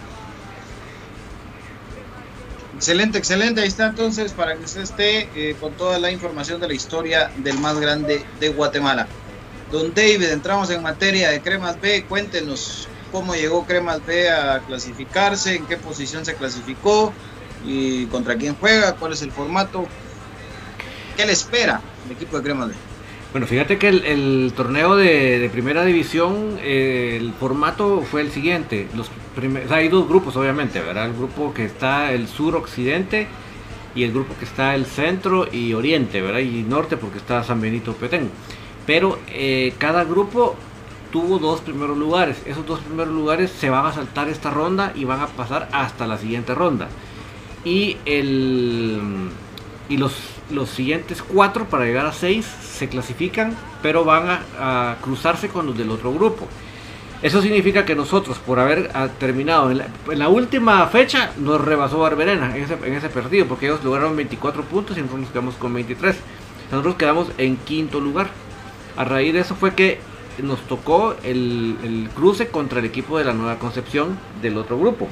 Excelente, excelente. Ahí está entonces para que usted esté con toda la información de la historia del más grande de Guatemala. Don David, entramos en materia de Cremas B. Cuéntenos cómo llegó Cremas B a clasificarse, en qué posición se clasificó y contra quién juega, cuál es el formato, qué le espera el equipo de Cremas B. Bueno, fíjate que el torneo de primera división, el formato fue el siguiente. Hay 2 grupos, obviamente, ¿verdad? El grupo que está el sur-occidente y el grupo que está el centro y oriente, ¿verdad? Y norte, porque está San Benito Petén. Pero cada grupo tuvo 2 primeros lugares. Esos 2 primeros lugares se van a saltar esta ronda y van a pasar hasta la siguiente ronda. Y los siguientes 4 para llegar a 6 se clasifican, pero van a cruzarse con los del otro grupo. Eso significa que nosotros, por haber terminado en la última fecha, nos rebasó Barberena en ese partido, porque ellos lograron 24 puntos y nosotros nos quedamos con 23. Nosotros quedamos en 5º lugar. A raíz de eso fue que nos tocó el cruce contra el equipo de la Nueva Concepción del otro grupo.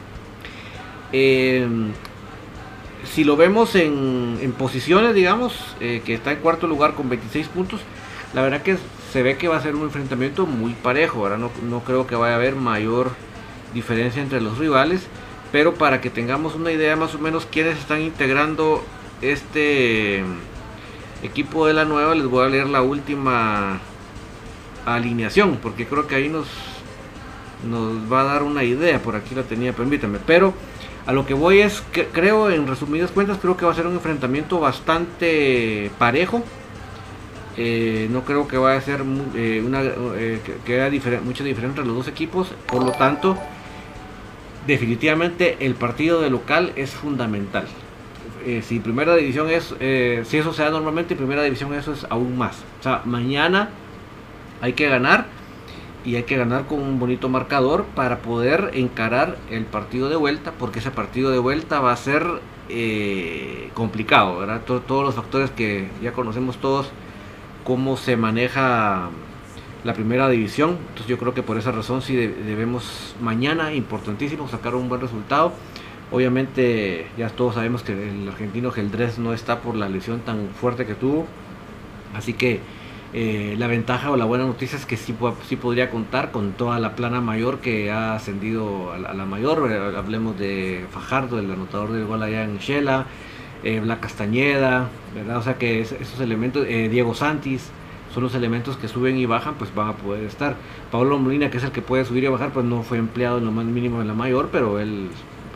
Si lo vemos en posiciones, digamos, que está en 4º lugar con 26 puntos, la verdad que se ve que va a ser un enfrentamiento muy parejo, ¿verdad? No creo que vaya a haber mayor diferencia entre los rivales, pero para que tengamos una idea más o menos quiénes están integrando este equipo de la Nueva, les voy a leer la última alineación, porque creo que ahí nos va a dar una idea. Por aquí la tenía, permítame, pero a lo que voy es que creo, en resumidas cuentas, creo que va a ser un enfrentamiento bastante parejo. No creo que vaya a ser que haya mucha diferencia entre los 2 equipos. Por lo tanto, definitivamente el partido de local es fundamental. Si primera división es, si eso se da normalmente, primera división eso es aún más. O sea, mañana hay que ganar, y hay que ganar con un bonito marcador para poder encarar el partido de vuelta, porque ese partido de vuelta va a ser complicado, ¿verdad? Todos los factores que ya conocemos todos, cómo se maneja la primera división. Entonces yo creo que por esa razón sí debemos mañana, importantísimo, sacar un buen resultado. Obviamente ya todos sabemos que el argentino Geldrés no está por la lesión tan fuerte que tuvo, así que la ventaja o la buena noticia es que sí podría contar con toda la plana mayor que ha ascendido a la mayor. Hablemos de Fajardo, el anotador del gol allá en Shela, Black Castañeda, ¿verdad? O sea que esos elementos, Diego Santis, son los elementos que suben y bajan, pues van a poder estar. Pablo Molina, que es el que puede subir y bajar, pues no fue empleado en lo más mínimo en la mayor, pero él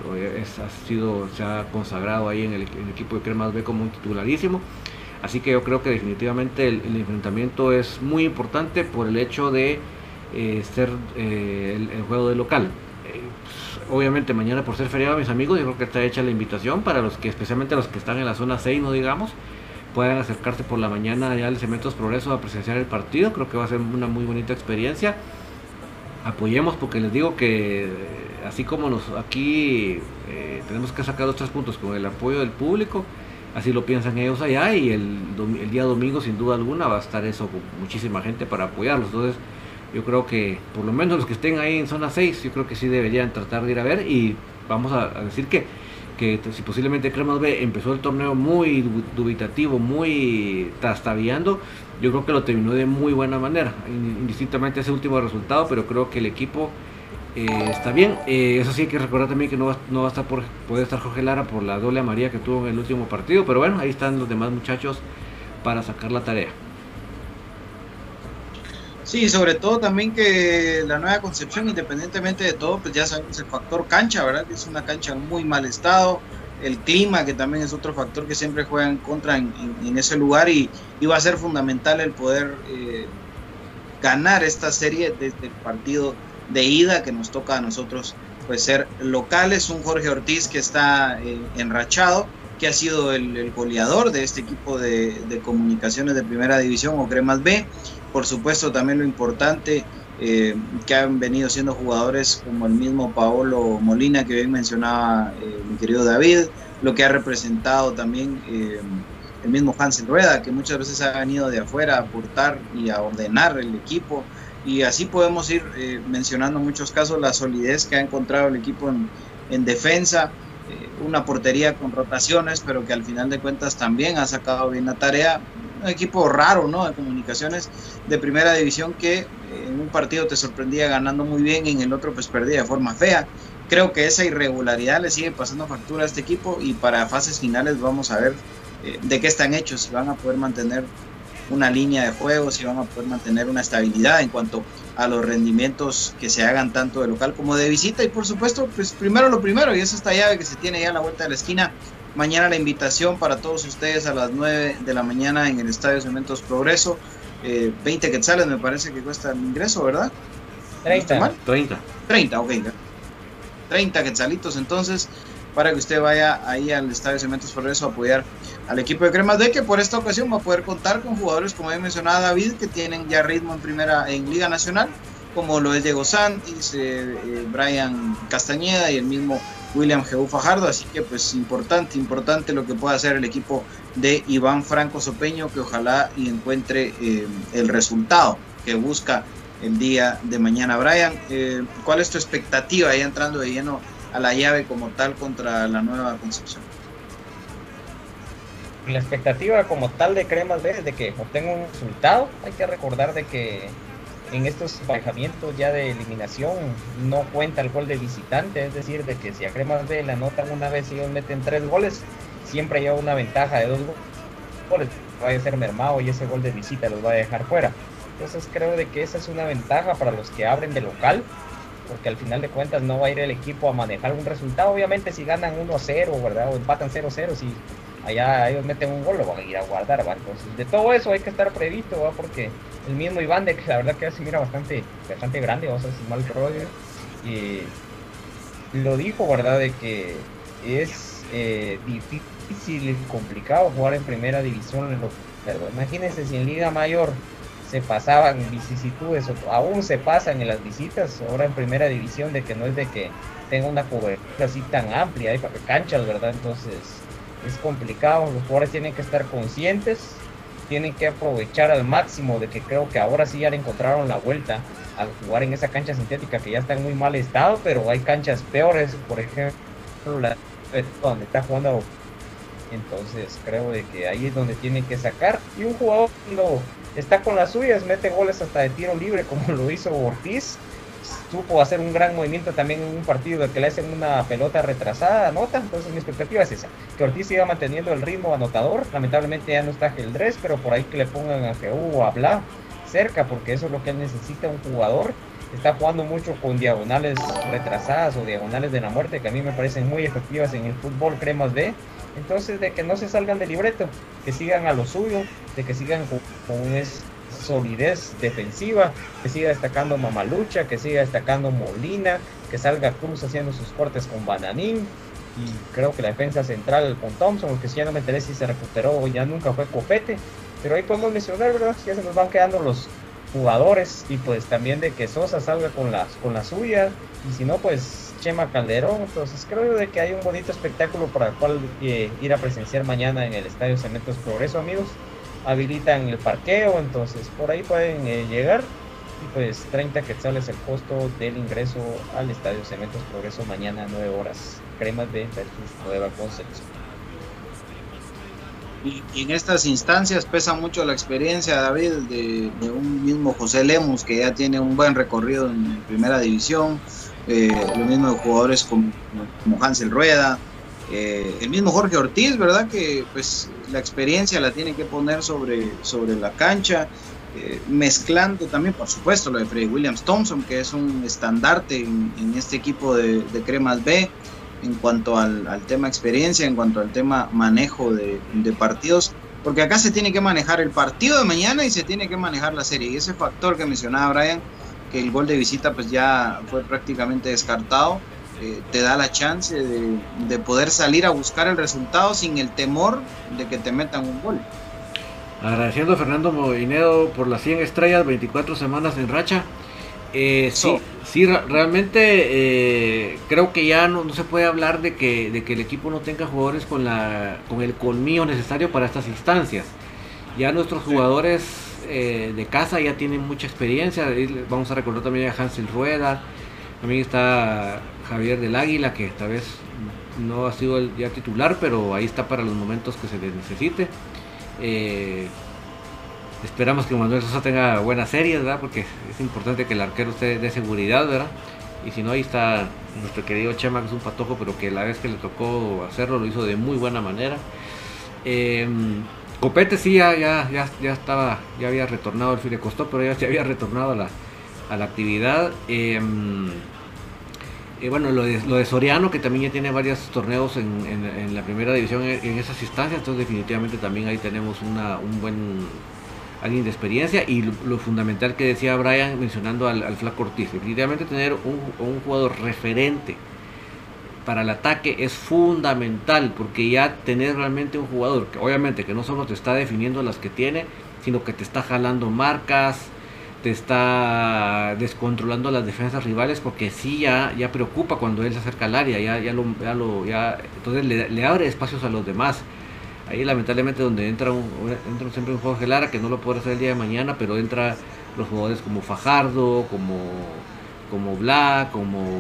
se ha consagrado ahí en el equipo de Cremas B como un titularísimo. Así que yo creo que definitivamente el enfrentamiento es muy importante por el hecho de ser el juego de local. Obviamente mañana, por ser feriado, mis amigos, yo creo que está hecha la invitación para los que, especialmente los que están en la zona 6, no digamos, puedan acercarse por la mañana allá al Cementos Progreso a presenciar el partido. Creo que va a ser una muy bonita experiencia. Apoyemos, porque les digo que así como aquí tenemos que sacar los 3 puntos con el apoyo del público, así lo piensan ellos allá, y el día domingo sin duda alguna va a estar eso con muchísima gente para apoyarlos. Entonces yo creo que por lo menos los que estén ahí en zona 6, yo creo que sí deberían tratar de ir a ver. Y vamos a decir que si posiblemente Cremas B empezó el torneo muy dubitativo, muy trastabilando, yo creo que lo terminó de muy buena manera, indistintamente ese último resultado, pero creo que el equipo está bien. Eso sí hay que recordar también que no va a estar poder estar Jorge Lara por la doble amarilla que tuvo en el último partido, pero bueno, ahí están los demás muchachos para sacar la tarea. Sí, sobre todo también que la Nueva Concepción, independientemente de todo, pues ya sabemos el factor cancha, ¿verdad? Que es una cancha en muy mal estado, el clima, que también es otro factor que siempre juega en contra en ese lugar, y va a ser fundamental el poder ganar esta serie desde el partido de ida que nos toca a nosotros, pues ser locales. Un Jorge Ortiz que está enrachado, que ha sido el goleador de este equipo de Comunicaciones de Primera División o Cremas B. Por supuesto también lo importante que han venido siendo jugadores como el mismo Paolo Molina, que bien mencionaba mi querido David, lo que ha representado también el mismo Hansel Rueda, que muchas veces ha venido de afuera a aportar y a ordenar el equipo, y así podemos ir mencionando en muchos casos la solidez que ha encontrado el equipo en defensa, una portería con rotaciones, pero que al final de cuentas también ha sacado bien la tarea. Un equipo raro, ¿no?, de Comunicaciones de Primera División, que en un partido te sorprendía ganando muy bien, en el otro pues perdía de forma fea. Creo que esa irregularidad le sigue pasando factura a este equipo, y para fases finales vamos a ver de qué están hechos, si van a poder mantener una línea de juego, si van a poder mantener una estabilidad en cuanto a los rendimientos que se hagan tanto de local como de visita. Y por supuesto, pues primero lo primero, y es esta llave que se tiene ya a la vuelta de la esquina. Mañana la invitación para todos ustedes a las 9 de la mañana en el Estadio Cementos Progreso. 20 quetzales me parece que cuesta el ingreso, ¿verdad? 30, ok. 30 quetzalitos entonces, para que usted vaya ahí al Estadio Cementos Progreso a apoyar al equipo de Cremas B, que por esta ocasión va a poder contar con jugadores, como bien mencionaba David, que tienen ya ritmo en Liga Nacional, como lo es Diego Santis, Brian Castañeda y el mismo William G. Fajardo. Así que pues importante lo que pueda hacer el equipo de Iván Franco Sopeño, que ojalá y encuentre el resultado que busca el día de mañana. Brian, ¿cuál es tu expectativa ya entrando de lleno a la llave como tal contra la Nueva Concepción? La expectativa como tal de Cremas B es de que obtenga un resultado. Hay que recordar de que en estos emparejamientos ya de eliminación no cuenta el gol de visitante, es decir, de que si a Cremas B le anotan una vez y ellos meten 3 goles, siempre hay una ventaja de 2 goles, va a ser mermado y ese gol de visita los va a dejar fuera. Entonces creo de que esa es una ventaja para los que abren de local, porque al final de cuentas no va a ir el equipo a manejar un resultado. Obviamente si ganan 1-0, ¿verdad?, o empatan 0-0, si allá ellos meten un gol, lo van a ir a guardar, ¿verdad? Entonces de todo eso hay que estar previsto, ¿verdad? Porque el mismo Iván, de que la verdad que se mira bastante grande, vamos a decir mal rollo, lo dijo, ¿verdad?, de que es difícil y complicado jugar en Primera División, pero imagínense si en Liga Mayor se pasaban vicisitudes, o aún se pasan en las visitas, ahora en Primera División, de que no es de que tenga una cobertura así tan amplia, hay canchas, ¿verdad? Entonces es complicado, los jugadores tienen que estar conscientes, tienen que aprovechar al máximo de que creo que ahora sí ya le encontraron la vuelta al jugar en esa cancha sintética que ya está en muy mal estado, pero hay canchas peores, por ejemplo la donde está jugando. Entonces creo de que ahí es donde tienen que sacar, y un jugador cuando está con las suyas mete goles hasta de tiro libre, como lo hizo Ortiz, supo hacer un gran movimiento también en un partido de que le hacen una pelota retrasada, anota. Entonces mi expectativa es esa, que Ortiz siga manteniendo el ritmo anotador. Lamentablemente ya no está Geldrés, pero por ahí que le pongan a G.U. o a Bla, cerca, porque eso es lo que él necesita, un jugador. Está jugando mucho con diagonales retrasadas o diagonales de la muerte, que a mí me parecen muy efectivas en el fútbol Cremas B. Entonces, de que no se salgan del libreto, que sigan a lo suyo, de que sigan con una solidez defensiva, que siga destacando Mamalucha, que siga destacando Molina, que salga Cruz haciendo sus cortes con Bananín, y creo que la defensa central con Thompson, porque si ya no me enteré si se recuperó, ya nunca fue Copete, pero ahí podemos mencionar, ¿verdad? Ya se nos van quedando los jugadores, y pues también de que Sosa salga con la suya, y si no, pues Chema Calderón. Entonces creo yo de que hay un bonito espectáculo para el cual ir a presenciar mañana en el Estadio Cementos Progreso, amigos. Habilitan el parqueo, entonces por ahí pueden llegar, y pues 30 quetzales el costo del ingreso al Estadio Cementos Progreso mañana 9 horas, Cremas B versus Nueva Concepción. Y en estas instancias pesa mucho la experiencia, David, de un mismo José Lemus, que ya tiene un buen recorrido en primera división, lo mismo de jugadores como Hansel Rueda, el mismo Jorge Ortiz, ¿verdad? Que pues la experiencia la tiene que poner sobre la cancha, mezclando también, por supuesto, lo de Freddy Williams Thompson, que es un estandarte en este equipo de Cremas B, en cuanto al tema experiencia, en cuanto al tema manejo de partidos, porque acá se tiene que manejar el partido de mañana y se tiene que manejar la serie, y ese factor que mencionaba Brian, que el gol de visita pues ya fue prácticamente descartado, te da la chance de poder salir a buscar el resultado sin el temor de que te metan un gol. Agradeciendo a Fernando Moinedo por las 100 estrellas, 24 semanas en racha. Sí, realmente creo que ya no se puede hablar de que el equipo no tenga jugadores con el colmillo necesario para estas instancias. Ya nuestros jugadores de casa ya tienen mucha experiencia. Vamos a recordar también a Hansel Rueda, también está Javier del Águila, que esta vez no ha sido ya titular, pero ahí está para los momentos que se le necesite. Esperamos que Manuel Sosa tenga buenas series, ¿verdad? Porque es importante que el arquero esté de seguridad, ¿verdad? Y si no, ahí está nuestro querido Chema, que es un patojo, pero que la vez que le tocó hacerlo lo hizo de muy buena manera. Copete sí ya estaba, ya había retornado, el fin le costó, pero ya se había retornado a la actividad. Bueno, lo de Soriano, que también ya tiene varios torneos en la primera división en esas instancias, entonces definitivamente también ahí tenemos un buen alguien de experiencia, y lo fundamental que decía Brian mencionando al Flaco Ortiz, definitivamente tener un jugador referente para el ataque es fundamental, porque ya tener realmente un jugador que obviamente que no solo te está definiendo las que tiene, sino que te está jalando marcas, te está descontrolando las defensas rivales, porque sí ya preocupa cuando él se acerca al área, entonces le abre espacios a los demás. Ahí lamentablemente donde entra siempre un Jorge Lara, que no lo puede hacer el día de mañana, pero entra los jugadores como Fajardo, como Black,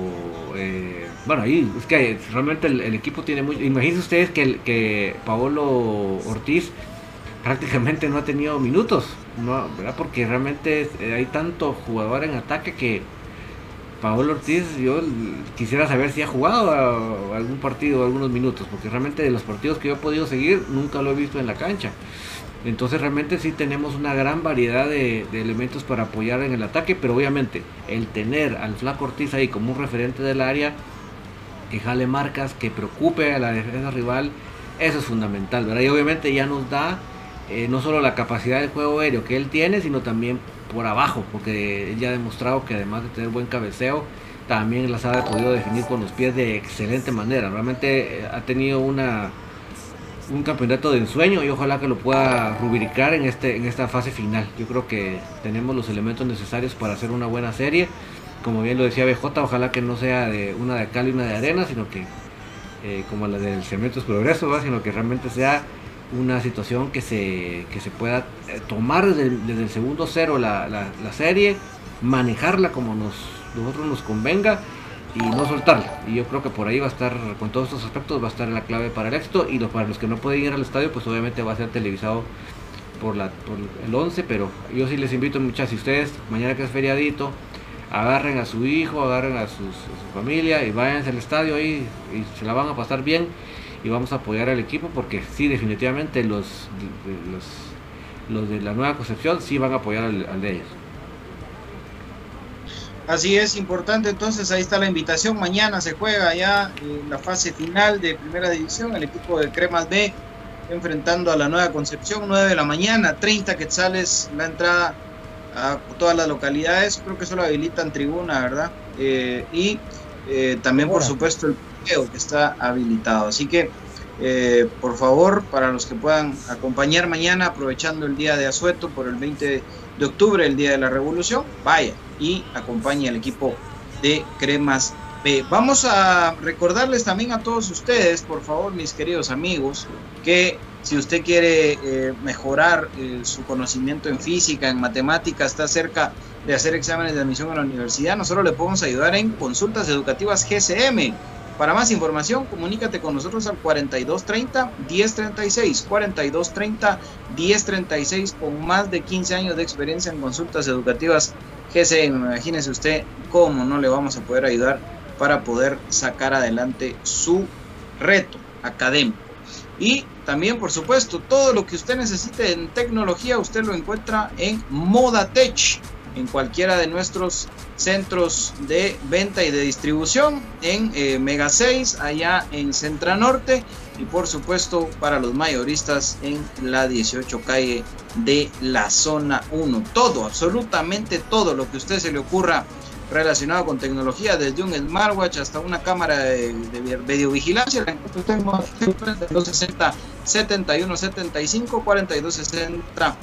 bueno, ahí es que realmente el equipo tiene mucho. Imagínense ustedes que Paolo Ortiz prácticamente no ha tenido minutos, ¿no? ¿Verdad? Porque realmente hay tanto jugador en ataque que Paolo Ortiz, yo quisiera saber si ha jugado algún partido, algunos minutos, porque realmente de los partidos que yo he podido seguir, nunca lo he visto en la cancha. Entonces realmente sí tenemos una gran variedad de elementos para apoyar en el ataque, pero obviamente el tener al Flaco Ortiz ahí como un referente del área, que jale marcas, que preocupe a la defensa rival, eso es fundamental, ¿verdad? Y obviamente ya nos da no solo la capacidad de juego aéreo que él tiene, sino también por abajo, porque él ya ha demostrado que además de tener buen cabeceo, también las ha podido definir con los pies de excelente manera. Realmente ha tenido un campeonato de ensueño, y ojalá que lo pueda rubricar en esta fase final. Yo creo que tenemos los elementos necesarios para hacer una buena serie. Como bien lo decía BJ, ojalá que no sea una de cal y una de arena, sino que como la del Cementos Progreso, ¿verdad? Sino que realmente sea una situación que se pueda tomar desde el segundo cero la serie, manejarla como nosotros nos convenga y no soltarla. Y yo creo que por ahí va a estar, con todos estos aspectos, va a estar la clave para el éxito. Y para los que no pueden ir al estadio, pues obviamente va a ser televisado por el 11, pero yo sí les invito, muchachos, si ustedes mañana que es feriadito, agarren a su hijo, agarren a su familia y váyanse al estadio ahí y se la van a pasar bien. Y vamos a apoyar al equipo, porque sí, definitivamente los los de la Nueva Concepción sí van a apoyar al de ellos. Así es, importante, entonces ahí está la invitación. Mañana se juega ya la fase final de primera división, el equipo de Cremas B enfrentando a la Nueva Concepción, 9 de la mañana, 30 quetzales la entrada a todas las localidades, creo que solo habilitan tribuna, ¿verdad? Y también por supuesto el parqueo que está habilitado, así que por favor, para los que puedan acompañar mañana, aprovechando el día de asueto por el 20 de octubre, el día de la Revolución, vaya y acompañe al equipo de Cremas B. Vamos a recordarles también a todos ustedes, por favor, mis queridos amigos, que si usted quiere mejorar su conocimiento en física, en matemáticas, está cerca de hacer exámenes de admisión a la universidad, nosotros le podemos ayudar en Consultas Educativas GCM. Para más información, comunícate con nosotros al 4230-1036, 4230-1036, con más de 15 años de experiencia en consultas educativas GCM. Imagínese usted cómo no le vamos a poder ayudar para poder sacar adelante su reto académico. Y también, por supuesto, todo lo que usted necesite en tecnología, usted lo encuentra en Modatech, en cualquiera de nuestros centros de venta y de distribución, en Mega 6, allá en Centra Norte, y por supuesto para los mayoristas en la 18 calle de la zona 1. Todo, absolutamente todo lo que a usted se le ocurra relacionado con tecnología, desde un smartwatch hasta una cámara de videovigilancia, la encuentra usted en 4260 7175, 4260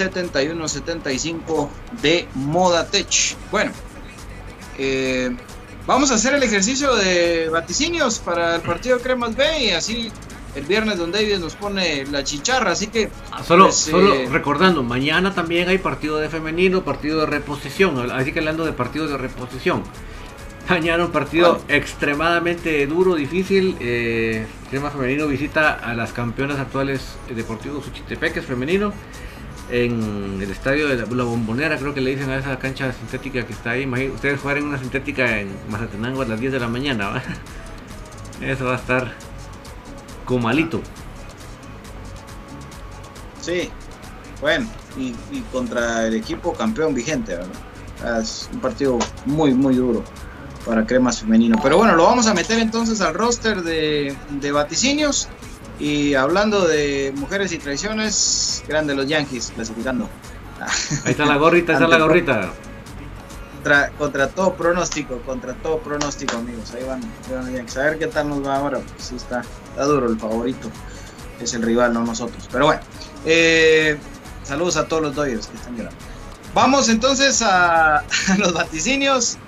7175 de Modatech. Bueno, vamos a hacer el ejercicio de vaticinios para el partido Cremas B, y así el viernes Don David nos pone la chicharra, así que solo recordando, mañana también hay partido de femenino, partido de reposición, así que hablando de partidos de reposición, mañana un partido extremadamente duro, difícil. Cremas femenino visita a las campeonas actuales Deportivo Suchitepeques femenino en el estadio de la Bombonera, creo que le dicen a esa cancha sintética que está ahí. Ustedes jugar en una sintética en Mazatenango a las 10 de la mañana, ¿va? Eso va a estar comalito. Sí, bueno, y contra el equipo campeón vigente, ¿verdad? Es un partido muy duro para Cremas femenino, pero bueno, lo vamos a meter entonces al roster de vaticinios. Y hablando de mujeres y traiciones, grande los Yankees clasificando. Ahí está la gorrita, ahí está la gorrita. Contra todo pronóstico, amigos. Ahí van los Yankees. A ver qué tal nos va ahora. Pues sí, está duro el favorito. Es el rival, no nosotros. Pero bueno, saludos a todos los Dodgers que están llorando. Vamos entonces a los vaticinios.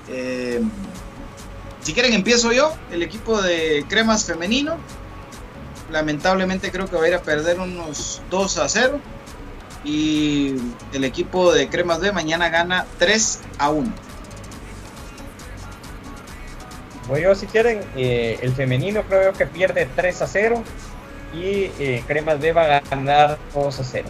Si quieren empiezo yo. El equipo de Cremas femenino, lamentablemente creo que va a ir a perder unos 2-0, y el equipo de Cremas B mañana gana 3-1. Voy yo si quieren. El femenino creo que pierde 3-0 y Cremas B va a ganar 2-0.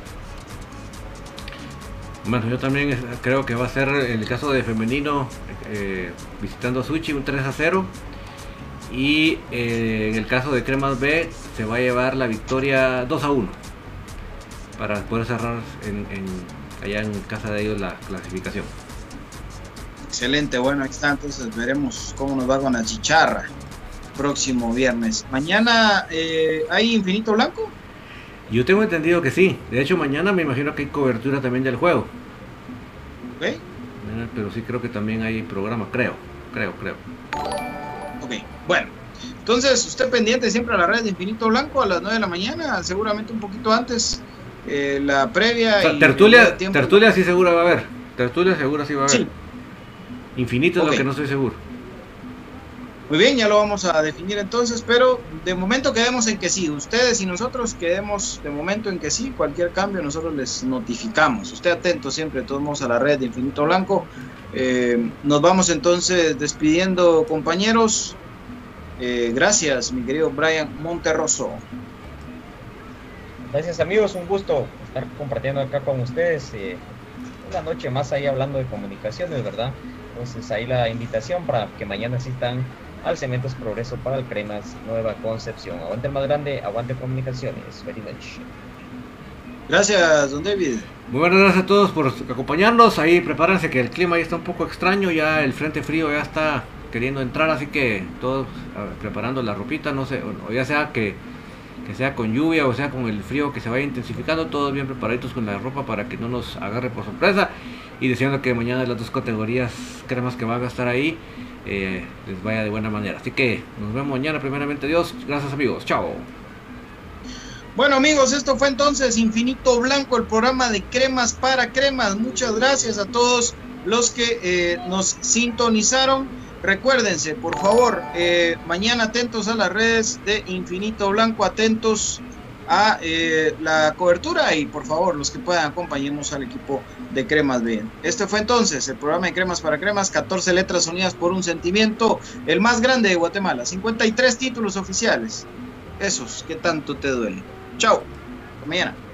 Bueno, yo también creo que va a ser el caso de femenino, visitando a Suchi, un 3-0. Y en el caso de Cremas B se va a llevar la victoria 2-1 para poder cerrar allá en casa de ellos la clasificación. Excelente, bueno, ahí está, entonces veremos cómo nos va con la chicharra próximo viernes. Mañana ¿hay Infinito Blanco? Yo tengo entendido que sí, de hecho mañana me imagino que hay cobertura también del juego. Ok. Pero sí creo que también hay programa, creo. Ok, bueno, entonces usted pendiente siempre a la red de Infinito Blanco a las 9 de la mañana, seguramente un poquito antes, la previa. O sea, tertulia sí seguro va a haber, tertulia seguro sí va a haber. Sí. Infinito es lo que no estoy seguro. Muy bien, ya lo vamos a definir entonces, pero de momento quedemos en que sí, ustedes y nosotros quedemos de momento en que sí, cualquier cambio nosotros les notificamos. Usted atento siempre, de todos modos, a la red de Infinito Blanco. Nos vamos entonces despidiendo, compañeros. Gracias, mi querido Brian Monterroso. Gracias, amigos, un gusto estar compartiendo acá con ustedes una noche más ahí hablando de comunicaciones, ¿verdad? Entonces ahí la invitación para que mañana asistan al Cementos Progreso para el Cremas Nueva Concepción. Aguante el más grande, aguante comunicaciones. Very much. Gracias, don David. Muy buenas gracias a todos por acompañarnos. Ahí prepárense que el clima ahí está un poco extraño, ya el frente frío ya está queriendo entrar, así que todos preparando la ropita, no sé, o ya sea que sea con lluvia o sea con el frío que se vaya intensificando, todos bien preparaditos con la ropa para que no nos agarre por sorpresa, y deseando que mañana las 2 categorías cremas que van a estar ahí les vaya de buena manera. Así que nos vemos mañana, primeramente Dios. Gracias amigos, chao. Bueno amigos, esto fue entonces Infinito Blanco, el programa de cremas para cremas. Muchas gracias a todos los que nos sintonizaron. Recuérdense, por favor, mañana atentos a las redes de Infinito Blanco, atentos a la cobertura, y por favor, los que puedan, acompañemos al equipo de Cremas bien. Este fue entonces el programa de Cremas para Cremas, 14 letras unidas por un sentimiento, el más grande de Guatemala, 53 títulos oficiales, esos que tanto te duelen. Chao, hasta mañana.